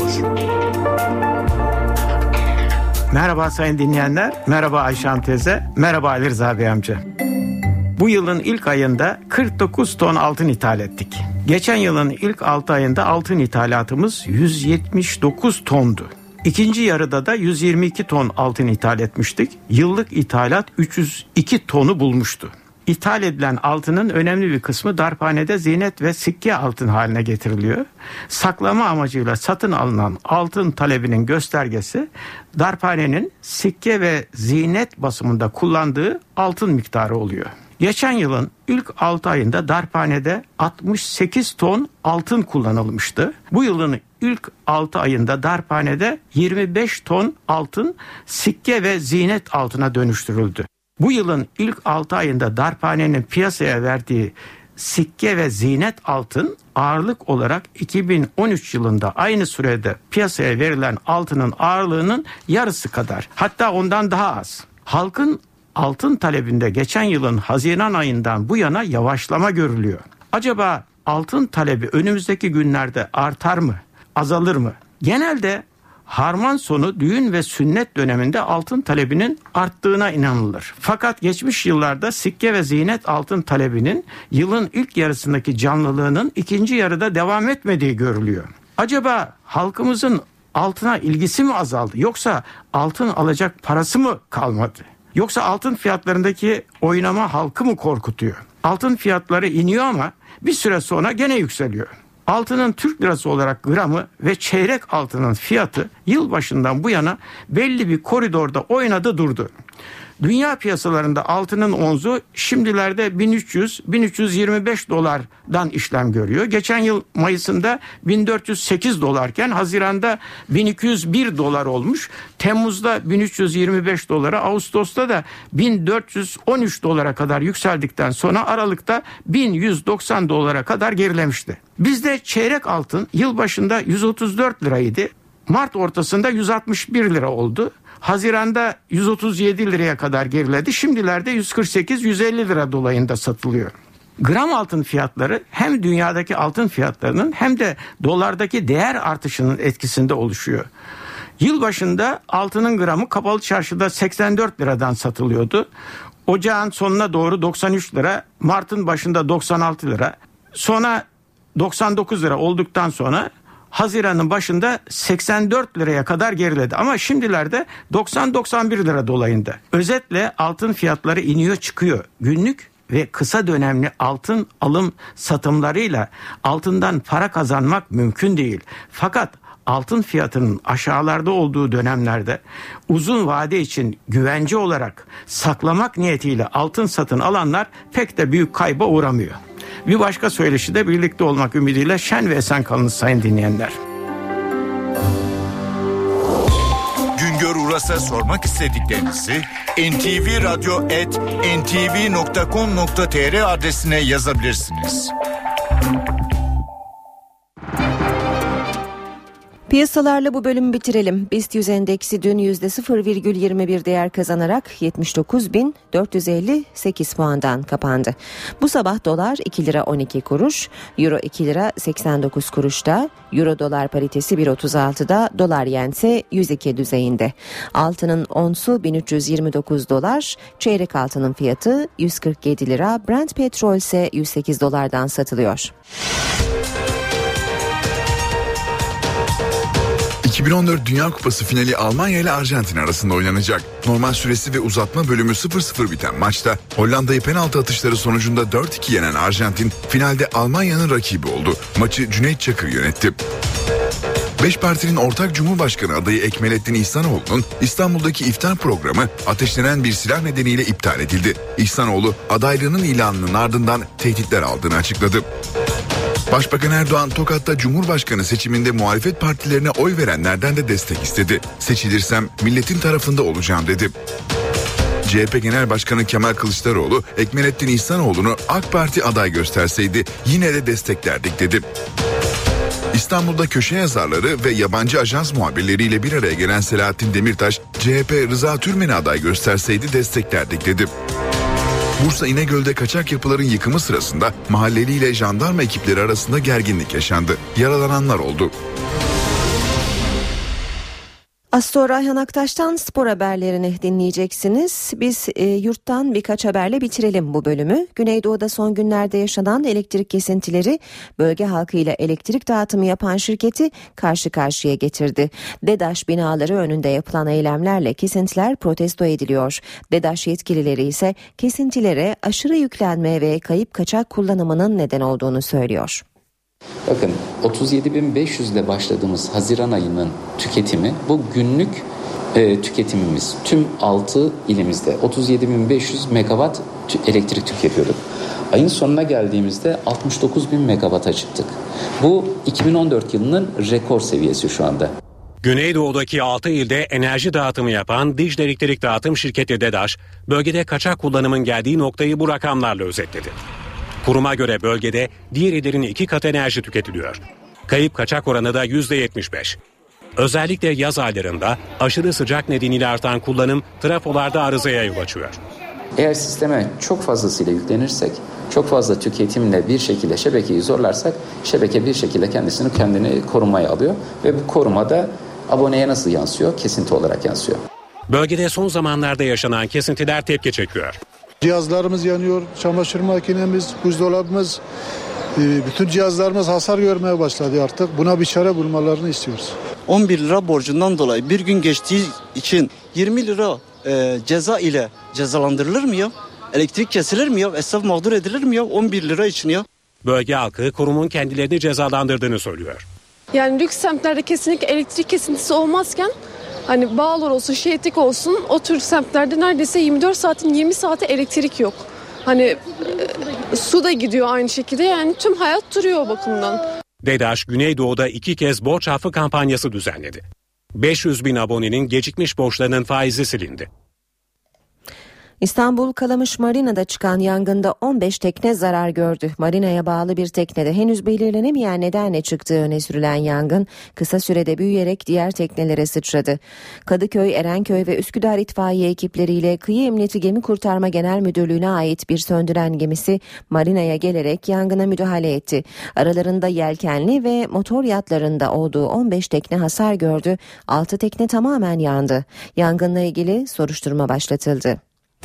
Merhaba sayın dinleyenler, merhaba Ayşe Hanım teyze, merhaba Ali Rıza Bey amca. Bu yılın ilk ayında 49 ton altın ithal ettik. Geçen yılın ilk 6 ayında altın ithalatımız 179 tondu. İkinci yarıda da 122 ton altın ithal etmiştik. Yıllık ithalat 302 tonu bulmuştu. İthal edilen altının önemli bir kısmı darphanede ziynet ve sikke altın haline getiriliyor. Saklama amacıyla satın alınan altın talebinin göstergesi darphanenin sikke ve ziynet basımında kullandığı altın miktarı oluyor. Geçen yılın ilk 6 ayında darphanede 68 ton altın kullanılmıştı. Bu yılın ilk 6 ayında darphanede 25 ton altın sikke ve ziynet altına dönüştürüldü. Bu yılın ilk 6 ayında darphanenin piyasaya verdiği sikke ve ziynet altın ağırlık olarak 2013 yılında aynı sürede piyasaya verilen altının ağırlığının yarısı kadar, hatta ondan daha az. Halkın altın talebinde geçen yılın Haziran ayından bu yana yavaşlama görülüyor. Acaba altın talebi önümüzdeki günlerde artar mı, azalır mı? Genelde harman sonu düğün ve sünnet döneminde altın talebinin arttığına inanılır. Fakat geçmiş yıllarda sikke ve ziynet altın talebinin yılın ilk yarısındaki canlılığının ikinci yarıda devam etmediği görülüyor. Acaba halkımızın altına ilgisi mi azaldı, yoksa altın alacak parası mı kalmadı? Yoksa altın fiyatlarındaki oynama halkı mı korkutuyor? Altın fiyatları iniyor ama bir süre sonra gene yükseliyor. Altının Türk lirası olarak gramı ve çeyrek altının fiyatı yılbaşından bu yana belli bir koridorda oynadı durdu. Dünya piyasalarında altının onzu şimdilerde 1300-1325 dolardan işlem görüyor. Geçen yıl Mayıs'ında 1408 dolarken Haziran'da 1201 dolar olmuş. Temmuz'da 1325 dolara, Ağustos'ta da 1413 dolara kadar yükseldikten sonra Aralık'ta 1190 dolara kadar gerilemişti. Bizde çeyrek altın yıl başında 134 liraydı. Mart ortasında 161 lira oldu. Haziran'da 137 liraya kadar geriledi. Şimdilerde 148-150 lira dolayında satılıyor. Gram altın fiyatları hem dünyadaki altın fiyatlarının hem de dolardaki değer artışının etkisinde oluşuyor. Yıl başında altının gramı kapalı çarşıda 84 liradan satılıyordu. Ocağın sonuna doğru 93 lira, Mart'ın başında 96 lira. Sonra 99 lira olduktan sonra Haziran'ın başında 84 liraya kadar geriledi. Ama şimdilerde 90-91 lira dolayında. Özetle altın fiyatları iniyor çıkıyor. Günlük ve kısa dönemli altın alım satımlarıyla altından para kazanmak mümkün değil. Fakat altın fiyatının aşağılarda olduğu dönemlerde uzun vade için güvence olarak saklamak niyetiyle altın satın alanlar pek de büyük kayba uğramıyor. Bir başka söyleşide birlikte olmak ümidiyle şen ve esen kalınız sayın dinleyenler. Güngör Uras'a sormak istediklerinizi ntvradyo@ntv.com.tr adresine yazabilirsiniz. Piyasalarla bu bölümü bitirelim. BIST 100 endeksi dün %0,21 değer kazanarak 79.458 puandan kapandı. Bu sabah dolar 2 lira 12 kuruş, euro 2 lira 89 kuruşta, euro dolar paritesi 1.36'da, dolar yen ise 102 düzeyinde. Altının onsu 1329 dolar, çeyrek altının fiyatı 147 lira, Brent petrol ise 108 dolardan satılıyor. 2014 Dünya Kupası finali Almanya ile Arjantin arasında oynanacak. Normal süresi ve uzatma bölümü 0-0 biten maçta Hollanda'yı penaltı atışları sonucunda 4-2 yenen Arjantin finalde Almanya'nın rakibi oldu. Maçı Cüneyt Çakır yönetti. 5 partinin ortak Cumhurbaşkanı adayı Ekmelettin İhsanoğlu'nun İstanbul'daki iftar programı ateşlenen bir silah nedeniyle iptal edildi. İhsanoğlu adaylığının ilanının ardından tehditler aldığını açıkladı. Başbakan Erdoğan Tokat'ta Cumhurbaşkanı seçiminde muhalefet partilerine oy verenlerden de destek istedi. Seçilirsem milletin tarafında olacağım dedi. CHP Genel Başkanı Kemal Kılıçdaroğlu Ekmelettin İhsanoğlu'nu AK Parti aday gösterseydi yine de desteklerdik dedi. İstanbul'da köşe yazarları ve yabancı ajans muhabirleriyle bir araya gelen Selahattin Demirtaş, CHP Rıza Türmen'i aday gösterseydi desteklerdik dedi. Bursa İnegöl'de kaçak yapıların yıkımı sırasında mahalleliyle jandarma ekipleri arasında gerginlik yaşandı. Yaralananlar oldu. Az sonra Ayhan Aktaş'tan spor haberlerini dinleyeceksiniz. Biz yurttan birkaç haberle bitirelim bu bölümü. Güneydoğu'da son günlerde yaşanan elektrik kesintileri bölge halkıyla elektrik dağıtımı yapan şirketi karşı karşıya getirdi. DEDAŞ binaları önünde yapılan eylemlerle kesintiler protesto ediliyor. DEDAŞ yetkilileri ise kesintilere aşırı yüklenme ve kayıp kaçak kullanımının neden olduğunu söylüyor. Bakın 37.500 ile başladığımız Haziran ayının tüketimi bu günlük tüketimimiz. Tüm 6 ilimizde 37.500 megawatt elektrik tüketiyorduk. Ayın sonuna geldiğimizde 69.000 megawata çıktık. Bu 2014 yılının rekor seviyesi şu anda. Güneydoğu'daki 6 ilde enerji dağıtımı yapan Dicle Elektrik Dağıtım Şirketi DEDAŞ, bölgede kaçak kullanımın geldiği noktayı bu rakamlarla özetledi. Kuruma göre bölgede diğer illerin 2 kat enerji tüketiliyor. Kayıp kaçak oranı da %75. Özellikle yaz aylarında aşırı sıcak nedeniyle artan kullanım trafolarda arızaya yol açıyor. Eğer sisteme çok fazlasıyla yüklenirsek, çok fazla tüketimle bir şekilde şebekeyi zorlarsak, şebeke bir şekilde kendini korumaya alıyor ve bu korumada aboneye nasıl yansıyor? Kesinti olarak yansıyor. Bölgede son zamanlarda yaşanan kesintiler tepki çekiyor. Cihazlarımız yanıyor, çamaşır makinemiz, buzdolabımız, bütün cihazlarımız hasar görmeye başladı artık. Buna bir çare bulmalarını istiyoruz. 11 lira borcundan dolayı bir gün geçtiği için 20 lira ceza ile cezalandırılır mı ya? Elektrik kesilir mi ya? Esnaf mağdur edilir mi ya? 11 lira için ya. Bölge halkı kurumun kendilerini cezalandırdığını söylüyor. Yani lüks semtlerde kesinlikle elektrik kesintisi olmazken Hani Bağlar olsun, Şehitlik olsun, o tür semtlerde neredeyse 24 saatin 20 saati elektrik yok. Hani su da gidiyor aynı şekilde, yani tüm hayat duruyor o bakımdan. DEDAŞ Güneydoğu'da 2 kez borç affı kampanyası düzenledi. 500 bin abonenin gecikmiş borçlarının faizi silindi. İstanbul Kalamış Marina'da çıkan yangında 15 tekne zarar gördü. Marina'ya bağlı bir teknede henüz belirlenemeyen nedenle çıktığı öne sürülen yangın kısa sürede büyüyerek diğer teknelere sıçradı. Kadıköy, Erenköy ve Üsküdar itfaiye ekipleriyle Kıyı Emniyeti Gemi Kurtarma Genel Müdürlüğü'ne ait bir söndüren gemisi marinaya gelerek yangına müdahale etti. Aralarında yelkenli ve motor yatlarında olduğu 15 tekne hasar gördü. 6 tekne tamamen yandı. Yangınla ilgili soruşturma başlatıldı.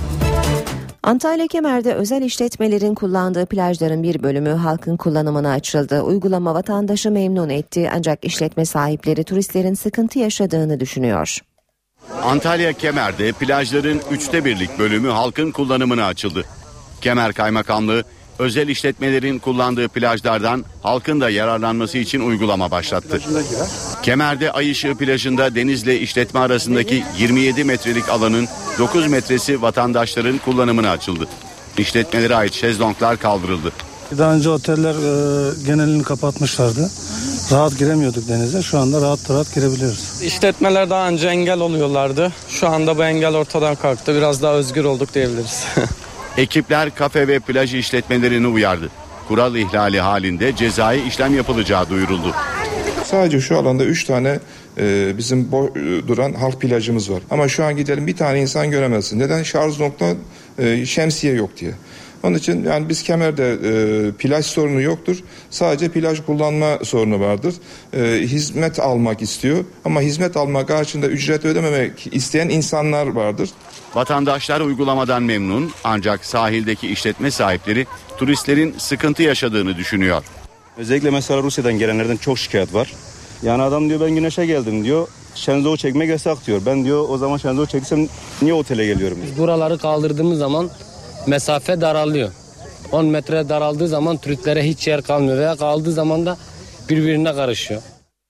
Antalya Kemer'de özel işletmelerin kullandığı plajların bir bölümü halkın kullanımına açıldı. Uygulama vatandaşı memnun etti, ancak işletme sahipleri turistlerin sıkıntı yaşadığını düşünüyor. Antalya Kemer'de plajların 1/3 bölümü halkın kullanımına açıldı. Kemer Kaymakamlığı özel işletmelerin kullandığı plajlardan halkın da yararlanması için uygulama başlattı. Kemer'de Ay Işığı plajında denizle işletme arasındaki 27 metrelik alanın 9 metresi vatandaşların kullanımına açıldı. İşletmelere ait şezlonglar kaldırıldı. Daha önce oteller genelini kapatmışlardı. Rahat giremiyorduk denize. Şu anda rahat girebiliyoruz. İşletmeler daha önce engel oluyorlardı. Şu anda bu engel ortadan kalktı. Biraz daha özgür olduk diyebiliriz. Ekipler kafe ve plaj işletmelerini uyardı. Kural ihlali halinde cezai işlem yapılacağı duyuruldu. Sadece şu alanda 3 tane bizim duran halk plajımız var. Ama şu an gidelim bir tane insan göremezsin. Neden? Şarj nokta şemsiye yok diye. Onun için yani biz Kemer'de plaj sorunu yoktur. Sadece plaj kullanma sorunu vardır. Hizmet almak istiyor ama hizmet almak karşılığında ücret ödememek isteyen insanlar vardır. Vatandaşlar uygulamadan memnun, ancak sahildeki işletme sahipleri turistlerin sıkıntı yaşadığını düşünüyor. Özellikle mesela Rusya'dan gelenlerden çok şikayet var. Yani adam diyor ben güneşe geldim diyor. Şenzou çekmek yasak diyor. Ben diyor o zaman Şenzou çektiysem niye otele geliyorum? Biz buraları kaldırdığımız zaman mesafe daralıyor. 10 metre daraldığı zaman turistlere hiç yer kalmıyor veya kaldığı zaman da birbirine karışıyor.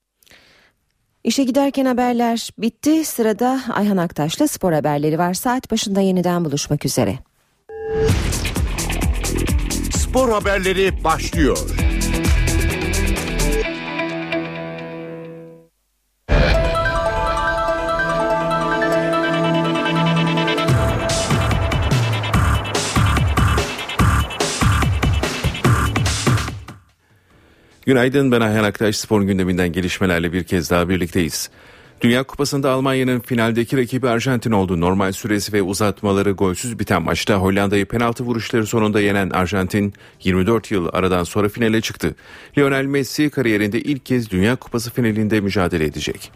İşe giderken haberler bitti. Sırada Ayhan Aktaş'la spor haberleri var. Saat başında yeniden buluşmak üzere. Spor haberleri başlıyor. Günaydın, ben Ayhan Aktaş. Spor gündeminden gelişmelerle bir kez daha birlikteyiz. Dünya Kupası'nda Almanya'nın finaldeki rakibi Arjantin oldu. Normal süresi ve uzatmaları golsüz biten maçta Hollanda'yı penaltı vuruşları sonunda yenen Arjantin 24 yıl aradan sonra finale çıktı. Lionel Messi kariyerinde ilk kez Dünya Kupası finalinde mücadele edecek.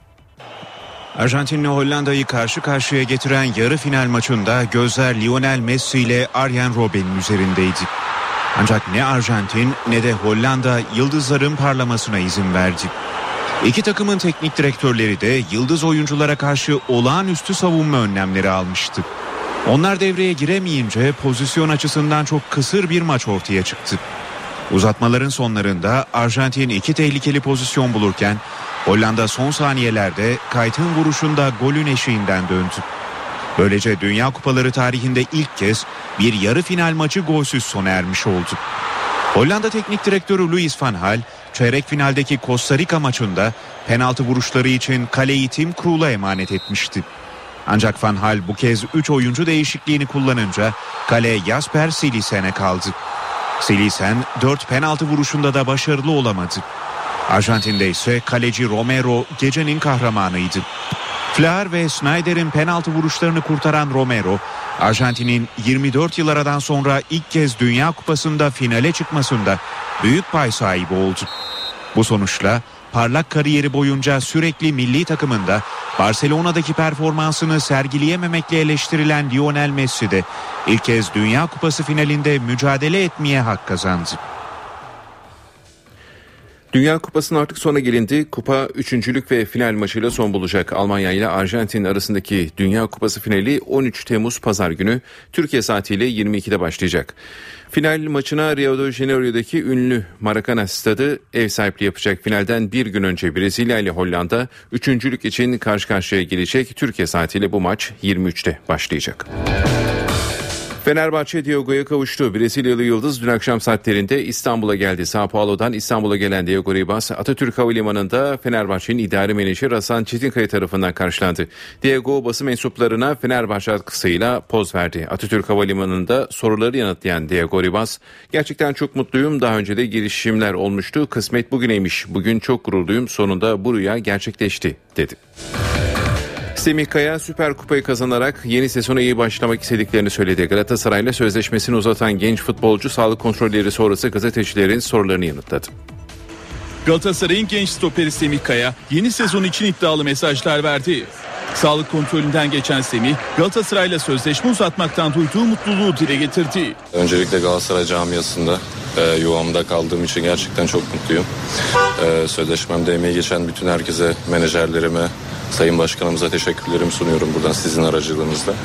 Arjantin'le Hollanda'yı karşı karşıya getiren yarı final maçında gözler Lionel Messi ile Arjen Robben'in üzerindeydi. Ancak ne Arjantin ne de Hollanda yıldızların parlamasına izin verdi. İki takımın teknik direktörleri de yıldız oyunculara karşı olağanüstü savunma önlemleri almıştı. Onlar devreye giremeyince pozisyon açısından çok kısır bir maç ortaya çıktı. Uzatmaların sonlarında Arjantin iki tehlikeli pozisyon bulurken Hollanda son saniyelerde Kuyt'ın vuruşunda golün eşiğinden döndü. Böylece Dünya Kupaları tarihinde ilk kez bir yarı final maçı golsüz sona ermiş oldu. Hollanda Teknik Direktörü Louis van Gaal, çeyrek finaldeki Costa Rica maçında penaltı vuruşları için kaleyi Tim Krul'a emanet etmişti. Ancak van Gaal bu kez 3 oyuncu değişikliğini kullanınca kale Jasper Cilisen'e kaldı. Cilisen 4 penaltı vuruşunda da başarılı olamadı. Arjantin'de ise kaleci Romero gecenin kahramanıydı. Flair ve Sneijder'in penaltı vuruşlarını kurtaran Romero, Arjantin'in 24 yıl aradan sonra ilk kez Dünya Kupası'nda finale çıkmasında büyük pay sahibi oldu. Bu sonuçla parlak kariyeri boyunca sürekli milli takımında Barcelona'daki performansını sergileyememekle eleştirilen Lionel Messi de ilk kez Dünya Kupası finalinde mücadele etmeye hak kazandı. Dünya Kupası'nın artık sona gelindi. Kupa üçüncülük ve final maçıyla son bulacak. Almanya ile Arjantin arasındaki Dünya Kupası finali 13 Temmuz Pazar günü Türkiye saatiyle 22'de başlayacak. Final maçına Rio de Janeiro'daki ünlü Maracanã stadı ev sahipliği yapacak. Finalden bir gün önce Brezilya ile Hollanda üçüncülük için karşı karşıya gelecek. Türkiye saatiyle bu maç 23'te başlayacak. Fenerbahçe Diogo'ya kavuştu. Brezilyalı yıldız dün akşam saatlerinde İstanbul'a geldi. Sao Paulo'dan İstanbul'a gelen Diogo Ribas, Atatürk Havalimanı'nda Fenerbahçe'nin idari menajeri Hasan Çetinkaya tarafından karşılandı. Diogo basın mensuplarına Fenerbahçe atkısıyla poz verdi. Atatürk Havalimanı'nda soruları yanıtlayan Diogo Ribas, "Gerçekten çok mutluyum. Daha önce de girişimler olmuştu. Kısmet bugüneymiş. Bugün çok gururluyum. Sonunda bu rüya gerçekleşti," dedi. Semih Kaya Süper Kupayı kazanarak yeni sezona iyi başlamak istediklerini söyledi. Galatasaray'la sözleşmesini uzatan genç futbolcu sağlık kontrolleri sonrası gazetecilerin sorularını yanıtladı. Galatasaray'ın genç stoperi Semih Kaya yeni sezon için iddialı mesajlar verdi. Sağlık kontrolünden geçen Semih, Galatasaray'la sözleşme uzatmaktan duyduğu mutluluğu dile getirdi. Öncelikle Galatasaray camiasında yuvamda kaldığım için gerçekten çok mutluyum. Sözleşmemde emeği geçen bütün herkese, menajerlerime, Sayın Başkanımıza teşekkürlerimi sunuyorum buradan sizin aracılığınızla.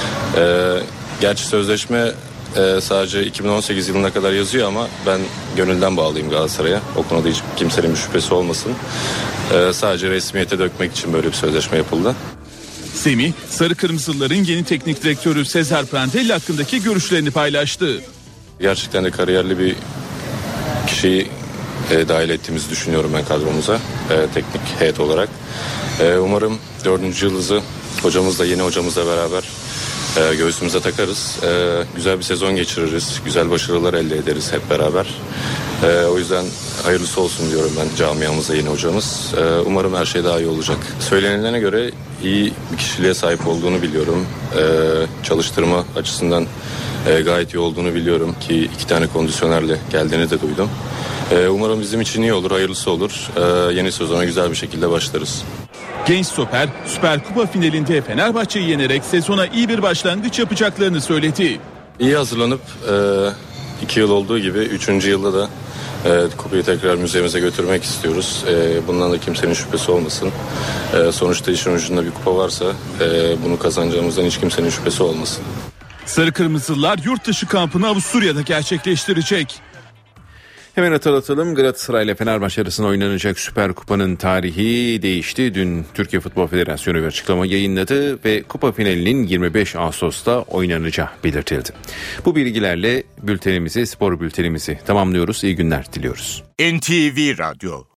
Gerçi sözleşme sadece 2018 yılına kadar yazıyor ama ben gönülden bağlıyım Galatasaray'a. O konuda hiç kimsenin bir şüphesi olmasın. Sadece resmiyete dökmek için böyle bir sözleşme yapıldı. Semih, Sarı Kırmızılıların yeni teknik direktörü Cesar Prandelli hakkındaki görüşlerini paylaştı. Gerçekten de kariyerli bir kişiyi dahil ettiğimizi düşünüyorum ben kadromuza, teknik heyet olarak. Umarım 4. yıldızı hocamızla, yeni hocamızla beraber göğsümüze takarız. Güzel bir sezon geçiririz, güzel başarılar elde ederiz hep beraber. O yüzden hayırlısı olsun diyorum ben camiamıza, yeni hocamız. Umarım her şey daha iyi olacak. Söylenilene göre iyi bir kişiliğe sahip olduğunu biliyorum. Çalıştırma açısından gayet iyi olduğunu biliyorum ki 2 tane kondisyonerle geldiğini de duydum. Umarım bizim için iyi olur, hayırlısı olur. Yeni sezona güzel bir şekilde başlarız. Genç stoper Süper Kupa finalinde Fenerbahçe'yi yenerek sezona iyi bir başlangıç yapacaklarını söyledi. İyi hazırlanıp 2 yıl olduğu gibi 3. yılda da kupayı tekrar müzemize götürmek istiyoruz. Bundan da kimsenin şüphesi olmasın. Sonuçta işin ucunda bir kupa varsa bunu kazanacağımızdan hiç kimsenin şüphesi olmasın. Sarı Kırmızılar yurt dışı kampını Avusturya'da gerçekleştirecek. Hemen hatırlatalım, Galatasaray ile Fenerbahçe arasında oynanacak Süper Kupa'nın tarihi değişti. Dün Türkiye Futbol Federasyonu bir açıklama yayınladı ve kupa finalinin 25 Ağustos'ta oynanacağı belirtildi. Bu bilgilerle spor bültenimizi tamamlıyoruz. İyi günler diliyoruz. NTV Radyo